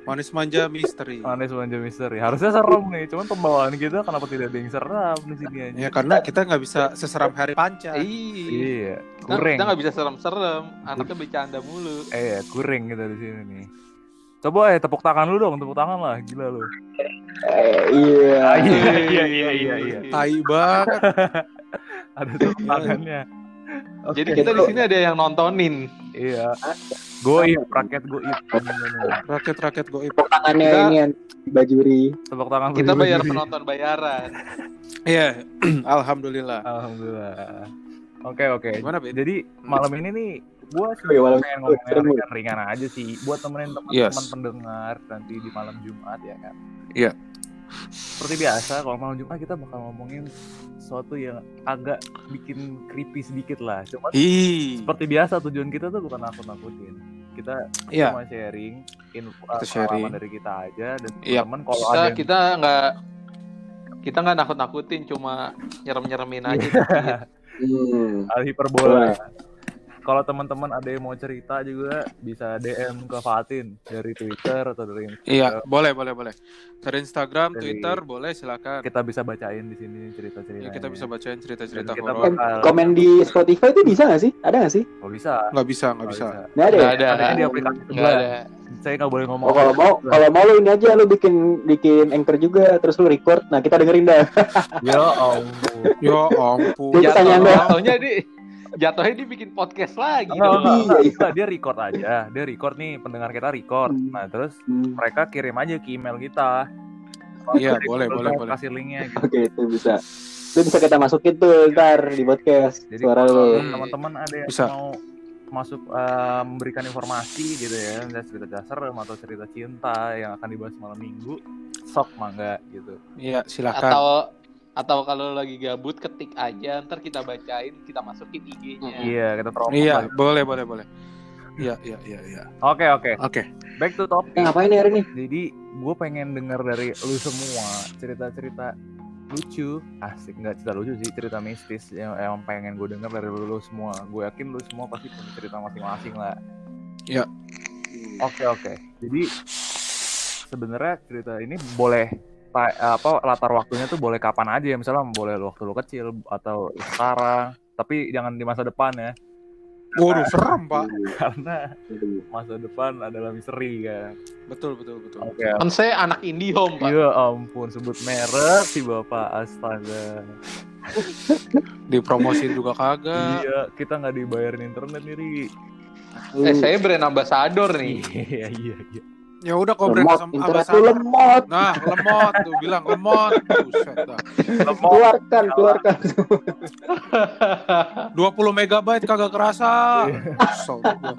Manis manja misteri. Manis manja misteri. Harusnya serem nih, cuman pembawaan kita kenapa tidak ada yang seram di sini aja? Ya karena kita nggak bisa seseram Hari Panca. Iya, Kita kuring. nggak bisa serem-serem, anaknya bercanda mulu. Kuring kita di sini nih. Coba tepuk tangan lu dong, tepuk tangan lah, gila lu. Iya. Iya. Tai banget. Ada tepuk tangannya. Jadi kita di sini ada yang nontonin. Iya. Goib, rakyat goib. Rakyat goib. Tepuk tangannya Kita- ini yang bajuri. Tepuk tangan Kita berdiri. bayar penonton bayaran. Iya, alhamdulillah. Alhamdulillah. Oke. Gimana, Ben? Jadi malam ini nih gua Iya, malam pengen ini ngomongin seru. ringan-ringan aja sih buat temenin teman-teman Yes. pendengar nanti di malam Jumat ya kan. Iya. Seperti biasa kalau malam Jumat kita bakal ngomongin sesuatu yang agak bikin creepy sedikit lah. Cuma seperti biasa tujuan kita tuh bukan nakut-nakutin. Kita Iya. cuma sharing Kita sharing. pengalaman dari kita aja dan Iya. teman kalau ada yang Kita nggak nakut-nakutin, cuma nyerem-nyeremin aja. hal hiperbola. Kalau teman-teman ada yang mau cerita juga bisa DM ke Fatin dari Twitter atau dari Instagram. Iya, boleh. Dari Instagram, Dari- Twitter, boleh silakan. Kita bisa bacain di sini cerita-cerita. Ya, kita bisa bacain cerita-cerita Dan kita horor. Komen di Spotify itu bisa nggak sih? Ada nggak sih? Oh bisa. Nggak bisa. Nggak ada. Nggak Ya? ada. Adanya di aplikasi Nggak sebelah. ada. Saya nggak boleh ngomong. Oh, kalau mau lu ini aja lu bikin anchor juga terus lu record. Nah, kita dengerin dah. Ya ampun. Ya ampun. Jadi pertanyaan lu. Jatuhnya dia bikin podcast lagi. Enggak, dia record aja. Dia record nih, pendengar kita record. Nah, terus mereka kirim aja ke email kita. Iya, Jadi boleh. kita kasih linknya gitu. Oke, itu bisa. Itu bisa kita masukin tuh ntar di podcast Jadi suara kalau lu. teman-teman ada yang Bisa. mau masuk memberikan informasi gitu ya, cerita serem atau cerita cinta yang akan dibahas malam minggu, sok mangga gitu. Iya, silakan. Atau kalau lagi gabut ketik aja, ntar kita bacain, kita masukin IG-nya. Iya, kita promo. Iya, boleh. Iya. Oke. Back to topic. Ngapain nih hari ini? Jadi gue pengen denger dari lu semua cerita-cerita lucu, asik nggak cerita lucu sih, cerita mistis yang pengen gue denger dari lu semua. Gue yakin lu semua pasti punya cerita masing-masing lah. Iya. Oke. Jadi sebenarnya cerita ini boleh latar waktunya tuh boleh kapan aja ya, misalnya boleh waktu lu kecil atau sekarang, tapi jangan di masa depan ya. Waduh, serem, Pak. Karena masa depan adalah misteri kan. Betul. Oke. Kan saya anak IndiHome, Pak. Iya ampun, sebut merek si bapak, astaga. Dipromosin juga kagak. Iya, kita nggak dibayarin internet nih, Ri. Saya brand ambassador nih. Iya. Ya udah kok brand Lemot, internet lu lemot. Nah, lemot tuh bilang lemot. Buset dah. Keluarkan. 20 megabyte kagak kerasa. Kesel gua.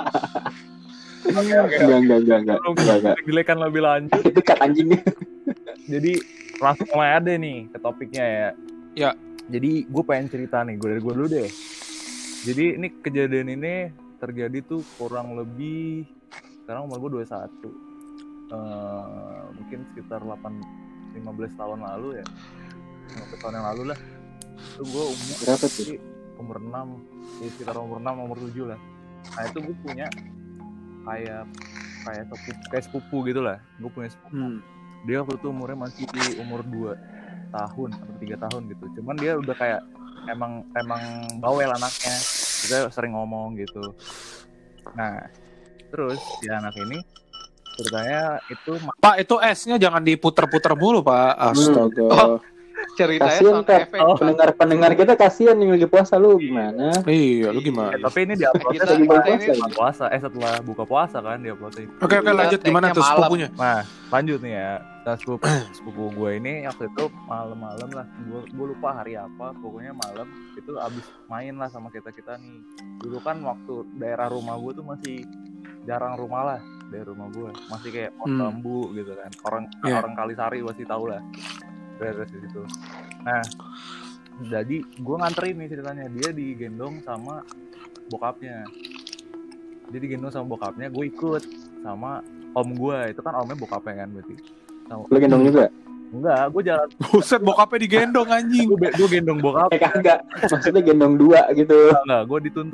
Enggak. Gelekan lebih lanjut. Itu cut anjingnya. Jadi langsung mulai ada nih ke topiknya ya. Ya. Jadi gue pengen cerita nih, dari gue dulu deh. Jadi ini kejadian ini terjadi tuh kurang lebih, sekarang umur gue 21. Mungkin sekitar 15 tahun lalu ya. 15 tahun yang lalu lah. Itu gue umur Berapa tuh? umur 6, ya sekitar umur 6, umur 7 lah. Nah itu gue punya kayak sepupu gitu lah. Gue punya sepupu. Dia waktu itu umurnya masih di umur 2 tahun atau 3 tahun gitu. Cuman dia udah kayak emang bawel anaknya. Kita sering ngomong gitu. Nah, terus si anak ini ceritanya itu Pak, itu S-nya jangan diputer-puter mulu, Pak. Astaga. Ceritanya Kasian sound kan effect. pendengar kita kasihan nih lagi puasa lu gimana? Iya, lu gimana? tapi ini diuploadnya Kita setelah buka puasa kan diuploadnya. Oke, lanjut gimana tuh malam. sepupunya? Nah, lanjut nih ya. Nah, sepupu gue ini waktu itu malam-malam lah. Gue lupa hari apa. Pokoknya malam itu abis main lah sama kita nih. Dulu kan waktu daerah rumah gue tuh masih jarang rumah lah. Dari rumah gue masih kayak pos bambu gitu kan. Orang Kalisari pasti tahu lah. Dari situ. Nah, jadi gue nganterin nih ceritanya. Dia digendong sama bokapnya. Dia digendong sama bokapnya. Gue ikut sama om gue. Itu kan omnya bokapnya kan berarti. Lu gendong juga? Enggak, gue jalan. Buset, bokapnya digendong anjing. Gue gendong bokap. Kagak. Maksudnya gendong dua gitu. Enggak, gue dituntun.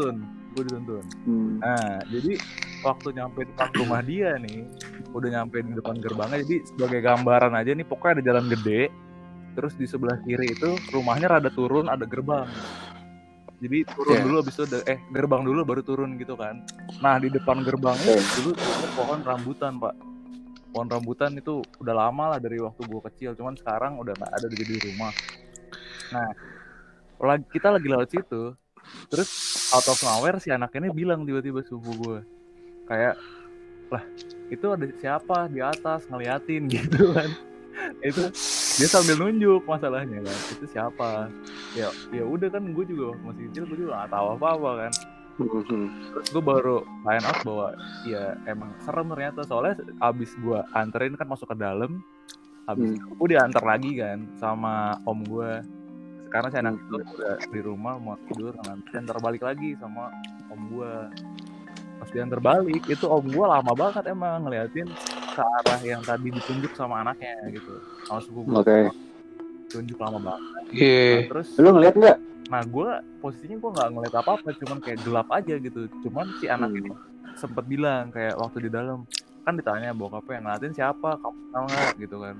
gue dituntun. Hmm. Nah, jadi waktu nyampe depan rumah dia nih, udah nyampe di depan gerbangnya, jadi sebagai gambaran aja nih, pokoknya ada jalan gede, terus di sebelah kiri itu rumahnya rada turun, ada gerbang. Jadi turun Yeah. dulu, habis itu gerbang dulu baru turun gitu kan. Nah, di depan gerbang itu dulu ada pohon rambutan, Pak. Pohon rambutan itu udah lama lah dari waktu gue kecil, cuman sekarang udah nggak ada, udah jadi rumah. Nah, kita lagi lewat situ, terus out of nowhere si anak ini bilang tiba-tiba sepupu gue, kayak, lah itu ada siapa di atas ngeliatin gitu kan. Itu dia sambil nunjuk masalahnya kan, itu siapa. Ya udah kan, gue juga masih kecil, gue juga nggak tahu apa-apa kan. Terus gue baru find out bahwa ya emang serem ternyata, soalnya abis gue anterin kan masuk ke dalam, abis itu gue diantar lagi kan sama om gue, karena si anak itu udah di rumah mau tidur, nanti diantar balik lagi sama om gue. Pas diantar balik itu om gue lama banget emang ngeliatin ke arah yang tadi ditunjuk sama anaknya gitu, sama sepupu gue. Oke. Tunjuk lama banget. Iya. Nah, terus Lu ngeliat nggak? nah gue posisinya gue nggak ngeliat apa-apa, cuman kayak gelap aja gitu. Cuman si anak ini sempet bilang kayak waktu di dalam kan ditanya bokapnya yang ngeliatin siapa, kamu kenal nggak gitu kan.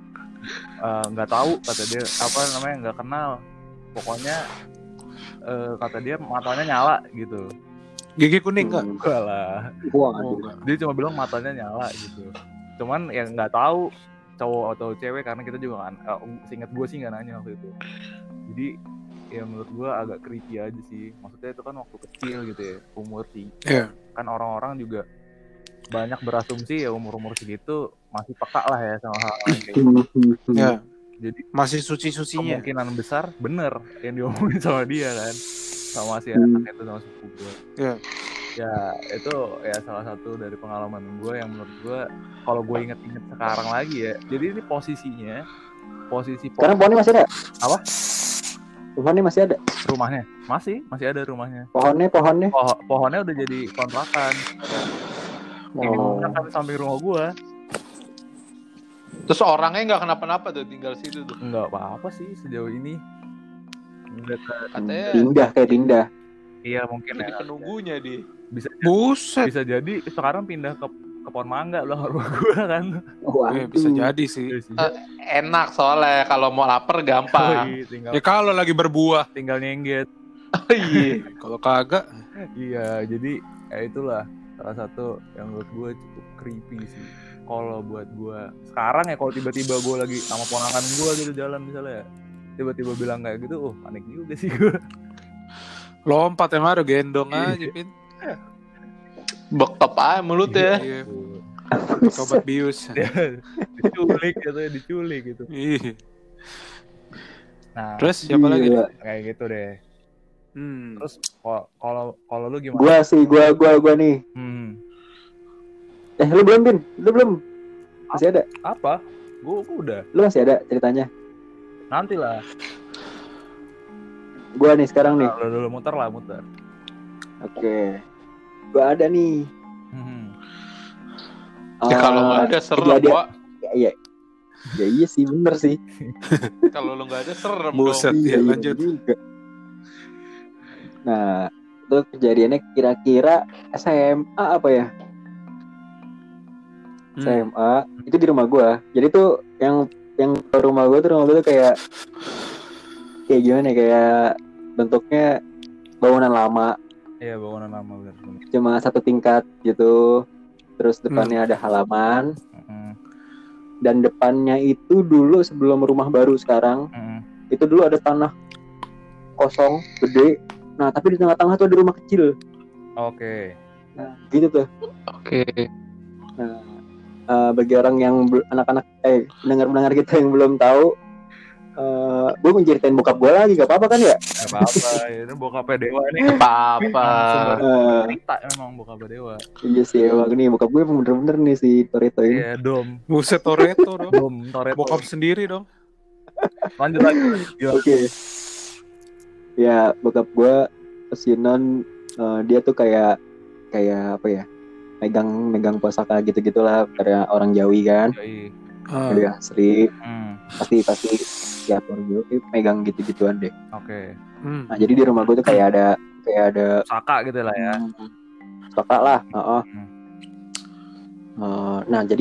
Nggak tahu kata dia, apa namanya, nggak kenal, pokoknya kata dia matanya nyala gitu. Gigi kuning nggak? Enggak lah, Wah, Oh, enggak. dia cuma bilang matanya nyala gitu. Cuman ya nggak tahu cowok atau cewek, karena kita juga kan, seingat gue sih nggak nanya waktu itu. Jadi ya menurut gue agak creepy aja sih, maksudnya itu kan waktu kecil gitu ya, umur sih. Iya. Kan orang-orang juga banyak berasumsi ya umur-umur segitu masih peka lah ya sama hal kayak gitu. Ya. Jadi Masih suci-sucinya. kemungkinan besar bener yang diomongin sama dia kan, sama si anak itu, sama sepupu gue. Iya. Ya itu ya salah satu dari pengalaman gue yang menurut gue, kalau gue inget-inget sekarang lagi ya, jadi ini posisi Sekarang pohonnya masih ada? Apa? Pohonnya masih ada? Rumahnya masih ada rumahnya. Pohonnya? Pohonnya udah jadi kontrakan. Ini kontrakan samping rumah gue. Terus orangnya nggak kenapa-napa tuh, tinggal situ tuh. Nggak apa-apa sih sejauh ini. Katanya Pindah. Iya mungkin jadi ya. penunggunya di. Buset. Bisa jadi sekarang pindah ke pohon mangga belakang rumah gue kan. Wah, Bisa jadi sih. Enak soalnya kalau mau lapar gampang. Ya kalau lagi berbuah. tinggal nyengget. Oh, iya. Kalau kagak. Iya, jadi ya itulah salah satu yang menurut gue cukup creepy sih. Kalau buat gue sekarang ya, kalau tiba-tiba gue lagi sama ponakan gue gitu jalan misalnya, tiba-tiba bilang kayak gitu, panik juga sih gue. Lompat emang ada gendong aja, Pin. Bekap aja mulut ya. Iya. Sobat bius. diculik gitu. Iya. Nah, Terus siapa lagi? kayak gitu deh. Terus Kalau lu gimana? Gua nih. Lu belum, Bin? Lu belum? Masih ada? Apa? Gue udah. Lu masih ada ceritanya? Nanti lah. Gua nih sekarang nih. Nah, dulu muter. Oke. Gua ada nih. Ya kalau nggak ada serem, Pak. Ya iya sih, bener sih. Kalau lu nggak ada serem Buset, dong. ya lanjut. Juga. Nah, itu kejadiannya kira-kira SMA apa ya? SMA itu di rumah gue. Jadi tuh yang rumah gue tuh kayak gimana ya, kayak bentuknya bangunan lama. Iya, bangunan lama benar. Cuma satu tingkat gitu. Terus depannya ada halaman. Dan depannya itu dulu sebelum rumah baru sekarang, itu dulu ada tanah kosong gede. Nah, tapi di tengah-tengah tuh ada rumah kecil. Oke. Nah, gitu tuh. Oke. Nah, bagi orang yang anak-anak pendengar kita yang belum tahu, gue menceritain bokap gue lagi, gak apa-apa kan ya? Gak apa-apa, ini bokapnya Dewa nih. Apa-apa. Cerita emang bokapnya Dewa. Iya sih, emang nih bokap gue bener-bener nih si Toretto ini. Iya, Dom. Buset, Toretto dong. Dom, Toretto. Bokap sendiri dong. Lanjut lagi. Oke. Ya, bokap gue pesinan, dia tuh kayak apa ya? Megang pusaka gitu-gitulah, karena orang Jawi kan. Megang asli. Pasti ya orang Jawi megang gitu-gituan deh. Oke. Nah, jadi di rumah gue tuh kayak kayak ada Saka gitu lah ya. Kakak lah. Nah jadi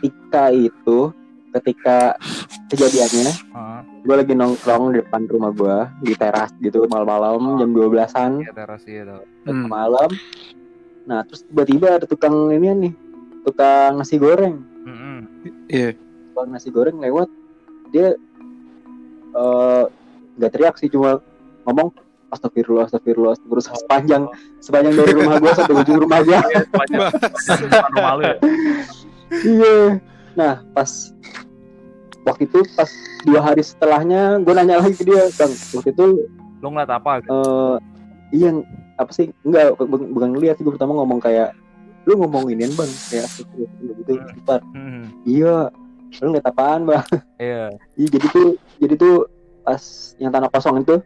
ketika kejadiannya, gue lagi nongkrong di depan rumah gue di teras gitu malam-malam jam 12-an. Iya, teras iya. Malam. Nah terus tiba-tiba ada tukang nasi goreng. Iya. Tukang nasi goreng lewat, dia nggak teriak sih, cuma ngomong astagfirullah sepanjang dari rumah gue sampai ujung rumah gue. Sepanjang rumah lu ya. Iya. Nah pas 2 hari setelahnya gue nanya lagi ke dia, Bang, waktu itu Lu ngeliat apa? iya apa sih, enggak bukan ngeliat sih, gue pertama ngomong kayak lu ngomongin Bang kayak gitu cepat. Iya, lu ngeliat apaan Bang? Iya. jadi tuh pas yang tanah kosong itu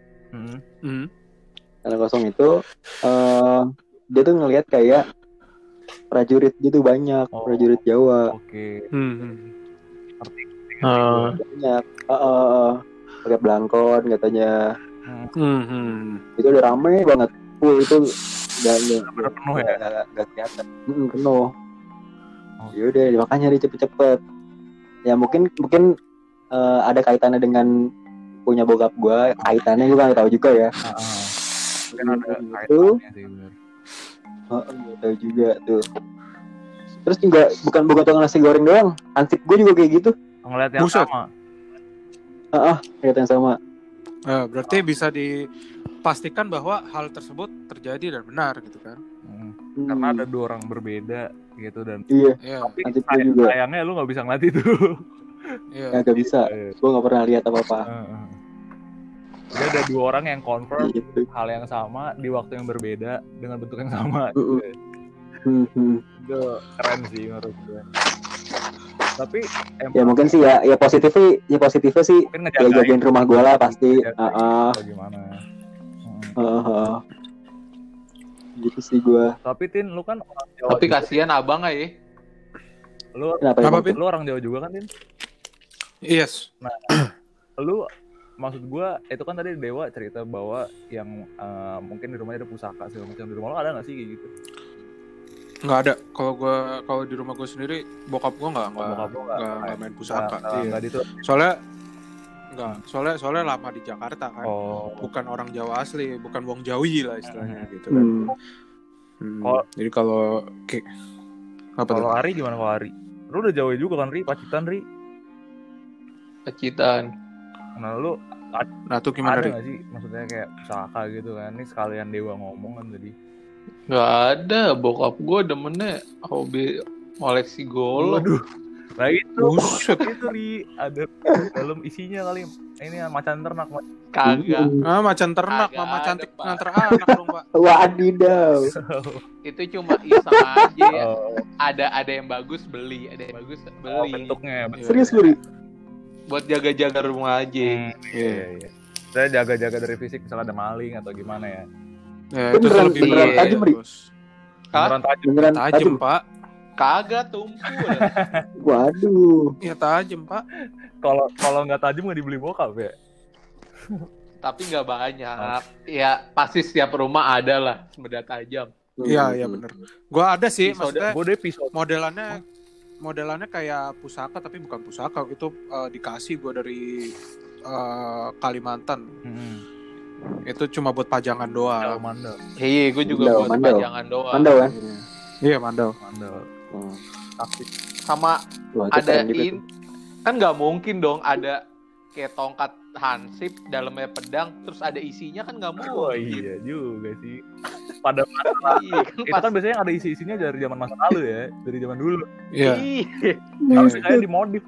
dia tuh ngelihat kayak prajurit gitu banyak, prajurit Jawa. Oke. Banyak pakai belangkon katanya. Itu udah rame banget. Itu udah penuh ya? Gak kelihatan. Penuh. Yaudah makanya dia cepet-cepet. Ya mungkin ada kaitannya dengan punya bokap gue. Kaitannya gue gak tahu juga ya. Mungkin ada itu kaitannya sih bener. Gak tahu juga tuh. Terus juga bukan tukang nasi goreng doang, ansip gue juga kayak gitu. Ngeliat yang Buset. sama. Lihat yang sama. Berarti bisa dipastikan bahwa hal tersebut terjadi dan benar gitu kan? Karena ada 2 orang berbeda gitu dan. Iya. Tapi Ansip gue juga. sayangnya lu nggak bisa ngeliat itu. Iya. Gak bisa. Gue nggak pernah lihat apa-apa. Jadi ada 2 orang yang confirm Gitu. hal yang sama di waktu yang berbeda dengan bentuk yang sama. Itu keren sih menurut gue. Tapi Ya mungkin sih ya positifnya sih mungkin ya jagain rumah gue lah pasti. Gimana? Gitu sih gue. Tapi Tin, lu kan orang Jawa. Tapi kasihan abang ya. Lu Kenapa lu orang Jawa juga kan, Tin? Yes. Nah, lu maksud gue itu kan tadi Dewa cerita bahwa yang mungkin di rumahnya ada pusaka segala macam. Di rumah lu ada nggak sih kayak gitu? Nggak ada. Kalau di rumah gue sendiri, bokap gue nggak main pusaka. Nggak gitu. Soalnya lama di Jakarta kan. Bukan orang Jawa asli, bukan wong Jawi lah istilahnya gitu kan. Jadi kalau Ari gimana kalau Ari? Lu udah Jawa juga kan, Ri? Pacitan, Ri? Pacitan. Nah, lu tuh gimana, ada nggak sih? Maksudnya kayak pusaka gitu kan? Ini sekalian Dewa ngomong kan tadi. Nggak ada, bokap gue demennya hobi koleksi golok. Waduh. Nah itu Ri, ada dalam isinya kali. Ini macan ternak. Kagak. Macan ternak, Kagak mama ada, cantik Pak. nganter anak dong, Pak. Wadidaw. Itu cuma iseng aja ya. Ada yang bagus beli, Bentuknya. Serius lu? Buat jaga-jaga rumah aja. Iya. Saya jaga-jaga dari fisik, misalnya ada maling atau gimana ya. Ya, itu lebih beneran tajam, Ri? Beneran tajam, Pak. Kagak tumpul. Waduh. Iya tajam, Pak. Kalau nggak tajam nggak dibeli bokap ya. Tapi nggak banyak. Ya pasti setiap rumah ada lah benda tajam. Iya bener. Gua ada sih, maksudnya pisau. modelannya kayak pusaka tapi bukan pusaka. Itu dikasih gua dari Kalimantan. Itu cuma buat pajangan doang. Mandal. Iya, gue juga buat pajangan doang. Mandal kan? Iya, mandal. Sama ada kan nggak mungkin dong ada kayak tongkat hansip dalamnya pedang terus ada isinya kan nggak mungkin. Oh iya juga sih. Pada masa itu kan biasanya ada isi-isinya dari zaman masa lalu ya, dari zaman dulu. Iya. Tapi kayak dimodif.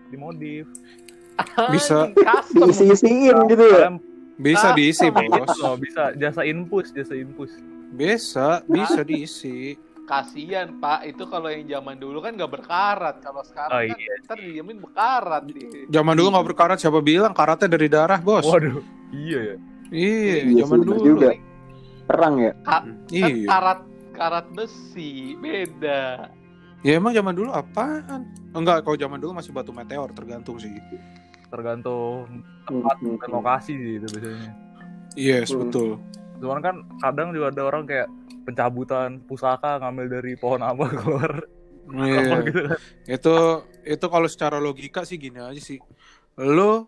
Bisa diisi-isiin gitu ya. Bisa diisi, Bos. Bisa jasa infus. Bisa diisi. Kasian Pak, itu kalau yang zaman dulu kan nggak berkarat, kalau sekarang kan ntar dijamin berkarat. Zaman dulu nggak berkarat, siapa bilang karatnya dari darah, Bos? Waduh, iya ya. Iya, zaman dulu juga. Perang ya? Iya. Karat besi, beda. Ya emang zaman dulu apaan? Enggak, kalau zaman dulu masih batu meteor, tergantung sih. Tergantung tempat dan lokasi sih itu biasanya. Yes, betul. Cuman kan kadang juga ada orang kayak pencabutan pusaka ngambil dari pohon apa keluar. Iya. Gitu kan. Itu kalau secara logika sih gini aja sih. Lu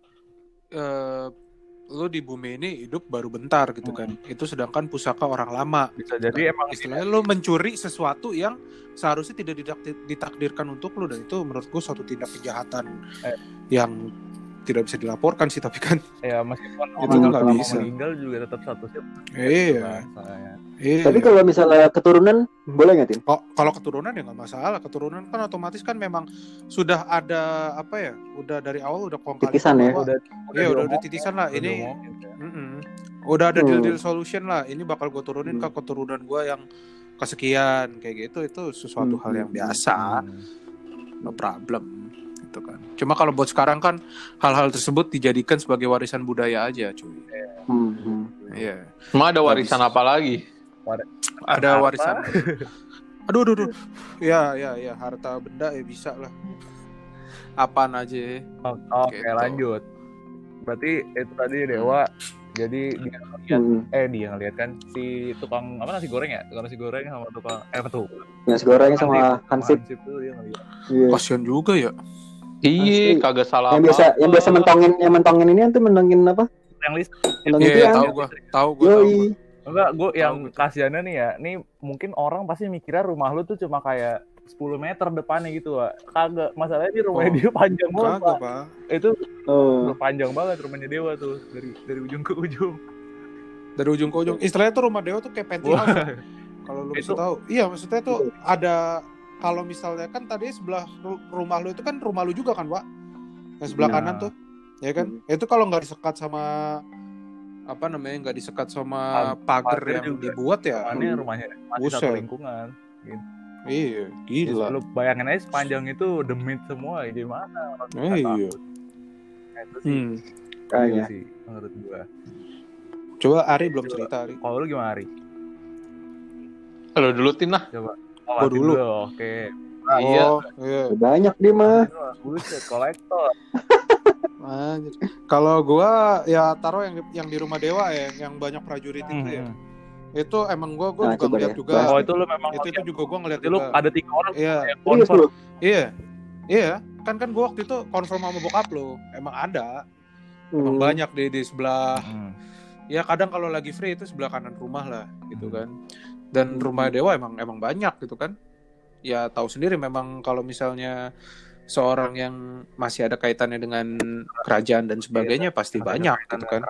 di bumi ini hidup baru bentar gitu kan. Itu sedangkan pusaka orang lama. Bisa jadi emang istilahnya lu mencuri sesuatu yang seharusnya tidak ditakdirkan untuk lu, dan itu menurut gue suatu tindak kejahatan yang tidak bisa dilaporkan sih, tapi kan ya meskipun itu orang nggak lama bisa. meninggal juga tetap statusnya. Iya. Tapi kalau misalnya keturunan boleh nggak, Tin? Kalau keturunan ya nggak masalah. Keturunan kan otomatis kan memang sudah ada apa ya? Udah dari awal udah kong kali Titisan ya? Udah titisan lah. Ini udah ada deal solution lah. Ini bakal gue turunin ke keturunan gue yang kesekian kayak gitu. Itu sesuatu hal yang biasa. No problem gitu kan. Cuma kalau buat sekarang kan hal-hal tersebut dijadikan sebagai warisan budaya aja, cuy. Iya. Emang ada warisan apa lagi? Ada warisan. Aduh. Ya, harta benda ya bisa lah. Apaan aja. Oke, gitu. lanjut. Berarti itu tadi dewa. Jadi dia ngeliat kan si tukang apa nasi goreng ya? Tukang nasi goreng sama tukang nasi goreng sama Hansip tuh dia ngeliat. Kasian juga ya. Iya, kagak salah. Yang biasa mentongin ini tuh mentongin apa? Yang list. Iya, tahu gua. Enggak, gue yang kasihannya nih ya, nih mungkin orang pasti mikirnya rumah lu tuh cuma kayak 10 meter depannya gitu, Pak. Kagak, masalahnya di rumahnya dia panjang banget, Pak. Itu panjang banget rumahnya Dewa tuh, dari ujung ke ujung. Dari ujung ke ujung. Istilahnya tuh rumah Dewa tuh kayak penthouse. Kalau lu bisa tahu. Iya, maksudnya tuh ada, kalau misalnya kan tadi sebelah rumah lu itu kan rumah lu juga kan, Pak? Yang sebelah kanan tuh. Ya kan? Itu kalau nggak disekat sama nggak disekat sama pagar yang juga dibuat ya. Rumahnya masih satu lingkungan. Gitu. Iya, gila. Lu bayangin aja sepanjang itu demit semua, gimana? Iya. Itu sih. Kayaknya sih menurut gua. Coba Ari belum cerita, Ari. Kalau lu gimana, Ari? Lo dulu, Tin lah. Coba. Gua dulu. Oke. Iya. Banyak dia mah. Buset, kolektor. Kalau gua ya taruh yang di rumah Dewa ya, yang banyak prajurit itu ya. Itu emang gua juga ngeliat juga. Oh, itu lu memang itu juga gua ngeliat juga. Lu ada 3 orang yang confirm. Iya. Kan gua waktu itu confirm sama bokap lu. Emang ada. Emang banyak di sebelah. Ya kadang kalau lagi free itu sebelah kanan rumah lah gitu kan. Dan rumah Dewa emang banyak gitu kan. Ya tahu sendiri memang kalau misalnya seorang yang masih ada kaitannya dengan kerajaan dan sebagainya pasti banyak gitu kan.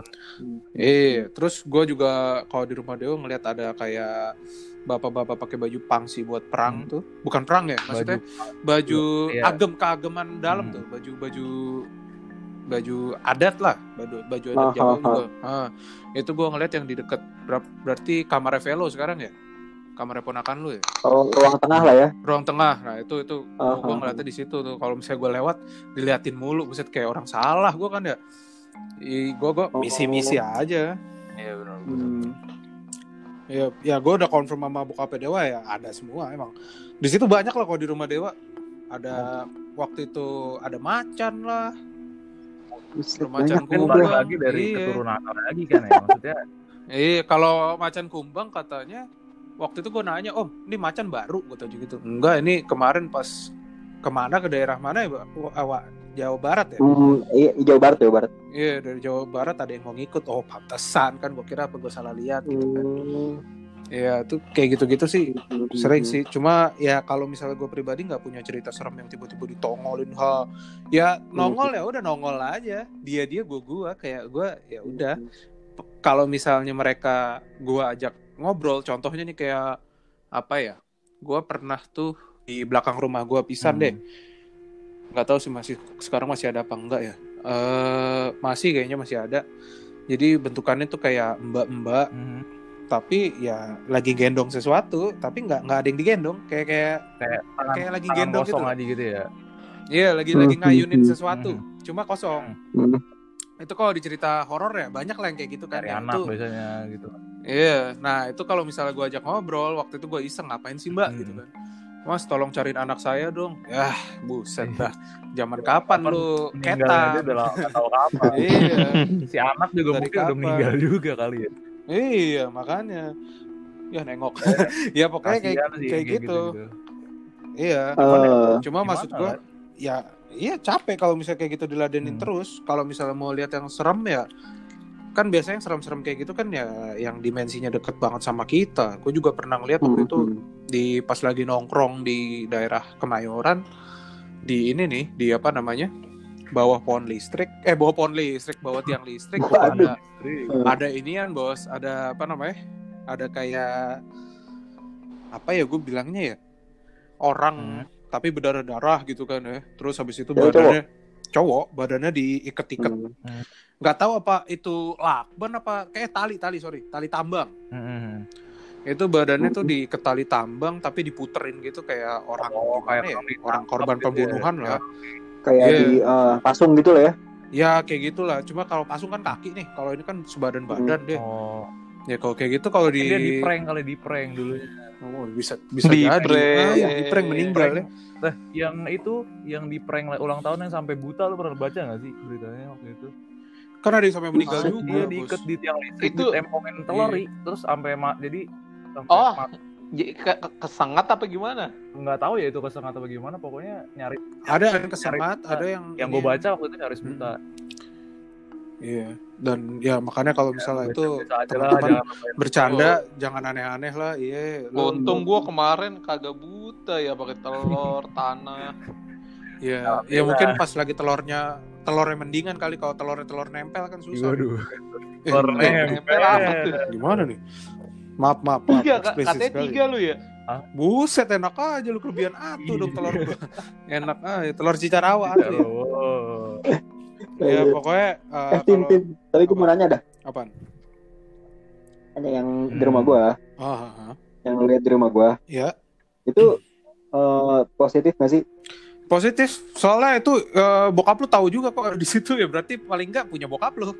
Terus gue juga kalau di rumah Dewa ngeliat ada kayak bapak-bapak pakai baju pangsi buat perang tuh, bukan perang ya, maksudnya baju keageman dalam tuh, baju adat lah, baju adat Jawa juga. Itu gue ngeliat yang di dekat berarti kamar Velo sekarang ya. Kamar ponakan lu ya? Oh, ruang tengah lah ya. Ruang tengah. Nah, itu gue ngeliatnya di situ tuh. Kalau misalnya gue lewat diliatin mulu, buset kayak orang salah gue kan ya. Gue misi-misi aja. Iya benar. Ya gue udah confirm sama bokap Dewa ya, ada semua emang. Di situ banyak lah kalau di rumah Dewa. Ada waktu itu ada macan lah. Macan kumbang lagi dari keturunan lagi kan ya maksudnya. Kalau macan kumbang katanya waktu itu gue nanya, Om, ini macan baru? Gue tanya gitu. Enggak, ini kemarin pas kemana, ke daerah mana ya, Jawa Barat ya? Jawa Barat. Iya, dari Jawa Barat ada yang mau ngikut. Oh, pantesan kan, gue kira apa gue salah lihat gitu kan. Iya, tuh kayak gitu-gitu sih sering sih. Cuma ya kalau misalnya gue pribadi nggak punya cerita serem yang tiba-tiba ditongolin ya nongol ya udah nongol aja. Dia gue kayak gue ya udah. Kalau misalnya mereka gue ajak ngobrol, contohnya nih kayak apa ya, gue pernah tuh di belakang rumah gue pisan deh, nggak tahu sih sekarang masih ada apa enggak ya, kayaknya masih ada. Jadi bentukannya tuh kayak mbak-mbak, tapi ya lagi gendong sesuatu, tapi nggak ada yang digendong, kayak lagi gendong gitu aja gitu ya. Iya, lagi ngayunin sesuatu, cuma kosong. Itu kalau di cerita horor ya banyak lah yang kayak gitu kan. Dari anak itu, biasanya gitu. Iya, nah itu kalau misalnya gue ajak ngobrol, waktu itu gue iseng, ngapain sih mbak gitu kan. Mas tolong cariin anak saya dong. Yah buset dah, zaman kapan lu ketam. Udah tahu kapan. Iya. Si anak juga mungkin udah meninggal juga kali ya. Iya, makanya. Ya nengok. Ya pokoknya kayak gitu. Iya. Cuma Gimana, maksud gue, ya iya capek kalau misalnya kayak gitu diladenin terus. Kalau misalnya mau lihat yang serem ya, kan biasanya yang serem-serem kayak gitu kan ya yang dimensinya deket banget sama kita. Gue juga pernah ngeliat waktu itu di pas lagi nongkrong di daerah Kemayoran, di ini nih, di apa namanya, bawah tiang listrik ada inian bos, ada apa namanya, ada kayak apa ya gue bilangnya ya, orang tapi berdarah-darah gitu kan ya. Terus habis itu badannya cowok, badannya diikat-ikat. Nggak tahu apa itu lakban apa kayak tali tambang. Itu badannya tuh diikat tali tambang tapi diputerin gitu kayak orang gimana ya? Orang korban pembunuhan ya. Lah. Kayak di pasung gitu lah ya. Ya kayak gitulah. Cuma kalau pasung kan kaki nih. Kalau ini kan sebadan-badan deh. Ya kalau kayak gitu kalau dia di prank dulu. Oh, bisa jadi. Di prank meninggal ya. Nah, yang di prank ulang tahun yang sampai buta, lu pernah baca nggak sih beritanya waktu itu? Kan ada yang sampai meninggal juga. Dia diikat di tiang listrik, itu ditempokin telori, terus sampai jadi kesengat apa gimana? Nggak tahu ya itu kesengat apa gimana, pokoknya nyari. Ada yang kesengat, ada yang gue baca waktu itu nyaris buta. Iya, dan ya makanya kalau misalnya itu teman-teman bercanda jangan aneh-aneh lah. Iya. Untung gue kemarin kagak buta ya pakai telur tanah. Ya mungkin pas lagi telurnya mendingan kali, kalau telur nempel kan susah. Waduh. Telur nempel apa tuh? Gimana nih? Maaf. Katanya 3 lu ya? Buset, enak aja lu, kelebihan atu dong telur gua. Enak aja, telur Cicarawa atu ya. Ya pokoknya Tin, tapi gue mau nanya dah. Apaan? Hanya yang di rumah gue. Yang lu lihat di rumah gue. Ya. Itu positif nggak sih? Positif, soalnya itu bokap lu tahu juga kok di situ ya, berarti paling nggak punya bokap lu.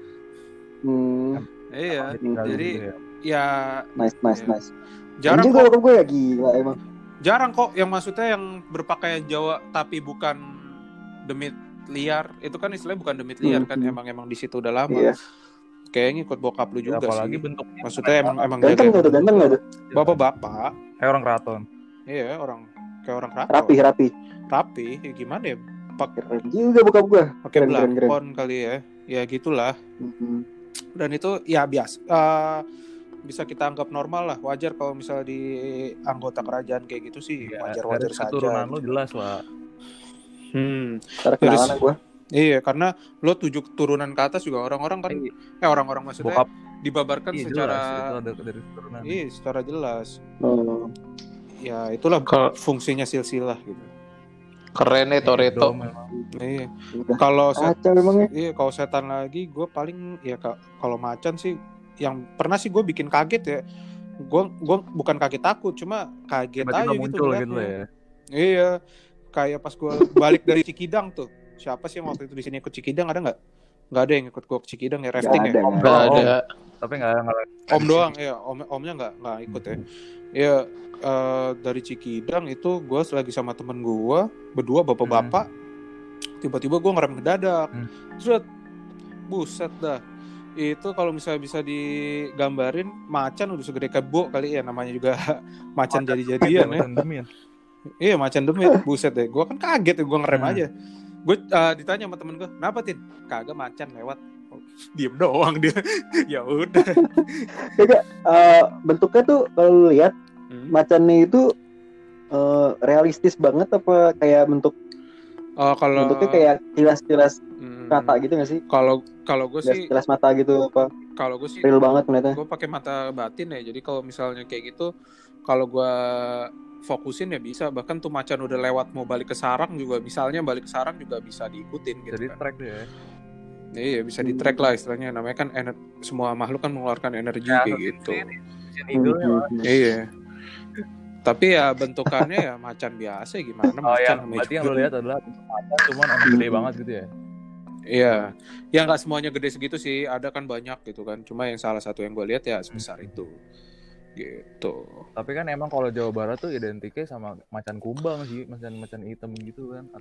Iya, jadi ya. Nice. Jarang juga bokap gue ya, gila emang. Jarang kok yang maksudnya yang berpakaian Jawa tapi bukan demit liar. Itu kan istilahnya bukan demit liar kan, emang di situ udah lama. Iya. Kayaknya ikut bokap lu juga apalagi sih. Bentuknya maksudnya emang ganteng nggak tuh? Bapak-bapak. Kayak orang keraton. Iya, kayak orang keraton. Rapi, ya gimana ya? Keren juga bokap gue. Pakai belakon kali ya. Ya gitulah. Dan itu ya biasa. Bisa kita anggap normal lah, wajar kalau misalnya di anggota kerajaan kayak gitu sih, wajar saja. Keturunan lu jelas, Pak. Kenalan gue. Iya, karena lo 7 turunan ke atas juga orang-orang kan, orang-orang maksudnya bokap dibabarkan secara jelas, secara jelas. Ya itulah fungsinya silsilah gitu. Keren Toretto. Iya. Kalau kalau setan lagi, gue paling ya kalau macan sih, yang pernah sih gue bikin kaget ya. Gue bukan kaget takut, cuma kaget aja gitu ya. Iya, kayak pas gue balik dari Cikidang tuh. Siapa sih yang waktu itu di sini ikut Cikidang, ada nggak? Nggak ada yang ikut gue ke Cikidang ya, rafting ya. Nggak ada. Tapi nggak. Om doang ya, omnya nggak ikut ya. Ya dari Cikidang itu gue lagi sama temen gue berdua, bapak-bapak. Tiba-tiba gue ngerem ngedadak. Terus buset dah. Itu kalau misalnya bisa digambarin, macan udah segede kebo kali ya, namanya juga macan jadi-jadian ya. Iya, macan demit. Buset deh, gue kan kaget ya, gue ngerem aja. Gue ditanya sama temen gue, kenapa Tin? Kagak, macan lewat. Diem doang dia. Ya udah. Bentuknya tuh kalau lu lihat macannya itu realistis banget apa kayak bentuknya kayak kilas-kilas mata gitu nggak sih? Kalau gue sih kilas mata gitu apa? Kalau gue sih real banget ternyata. Gue pakai mata batin ya. Jadi kalau misalnya kayak gitu, kalau gue fokusin ya bisa. Bahkan tuh macan udah lewat mau balik ke sarang juga, misalnya balik ke sarang juga bisa diikutin gitu. Jadi track deh ya. Iya, bisa di track lah istilahnya. Namanya kan semua makhluk kan mengeluarkan energi kayak gitu. Iya. Tapi ya bentukannya ya macan biasa, gimana macan. Berarti yang lo lihat adalah macan cuman gede banget gitu ya. Iya, ya nggak semuanya gede segitu sih, ada kan banyak gitu kan. Cuma yang salah satu yang gue lihat ya sebesar itu, gitu. Tapi kan emang kalau Jawa Barat tuh identiknya sama macan kumbang sih, macan hitam gitu kan.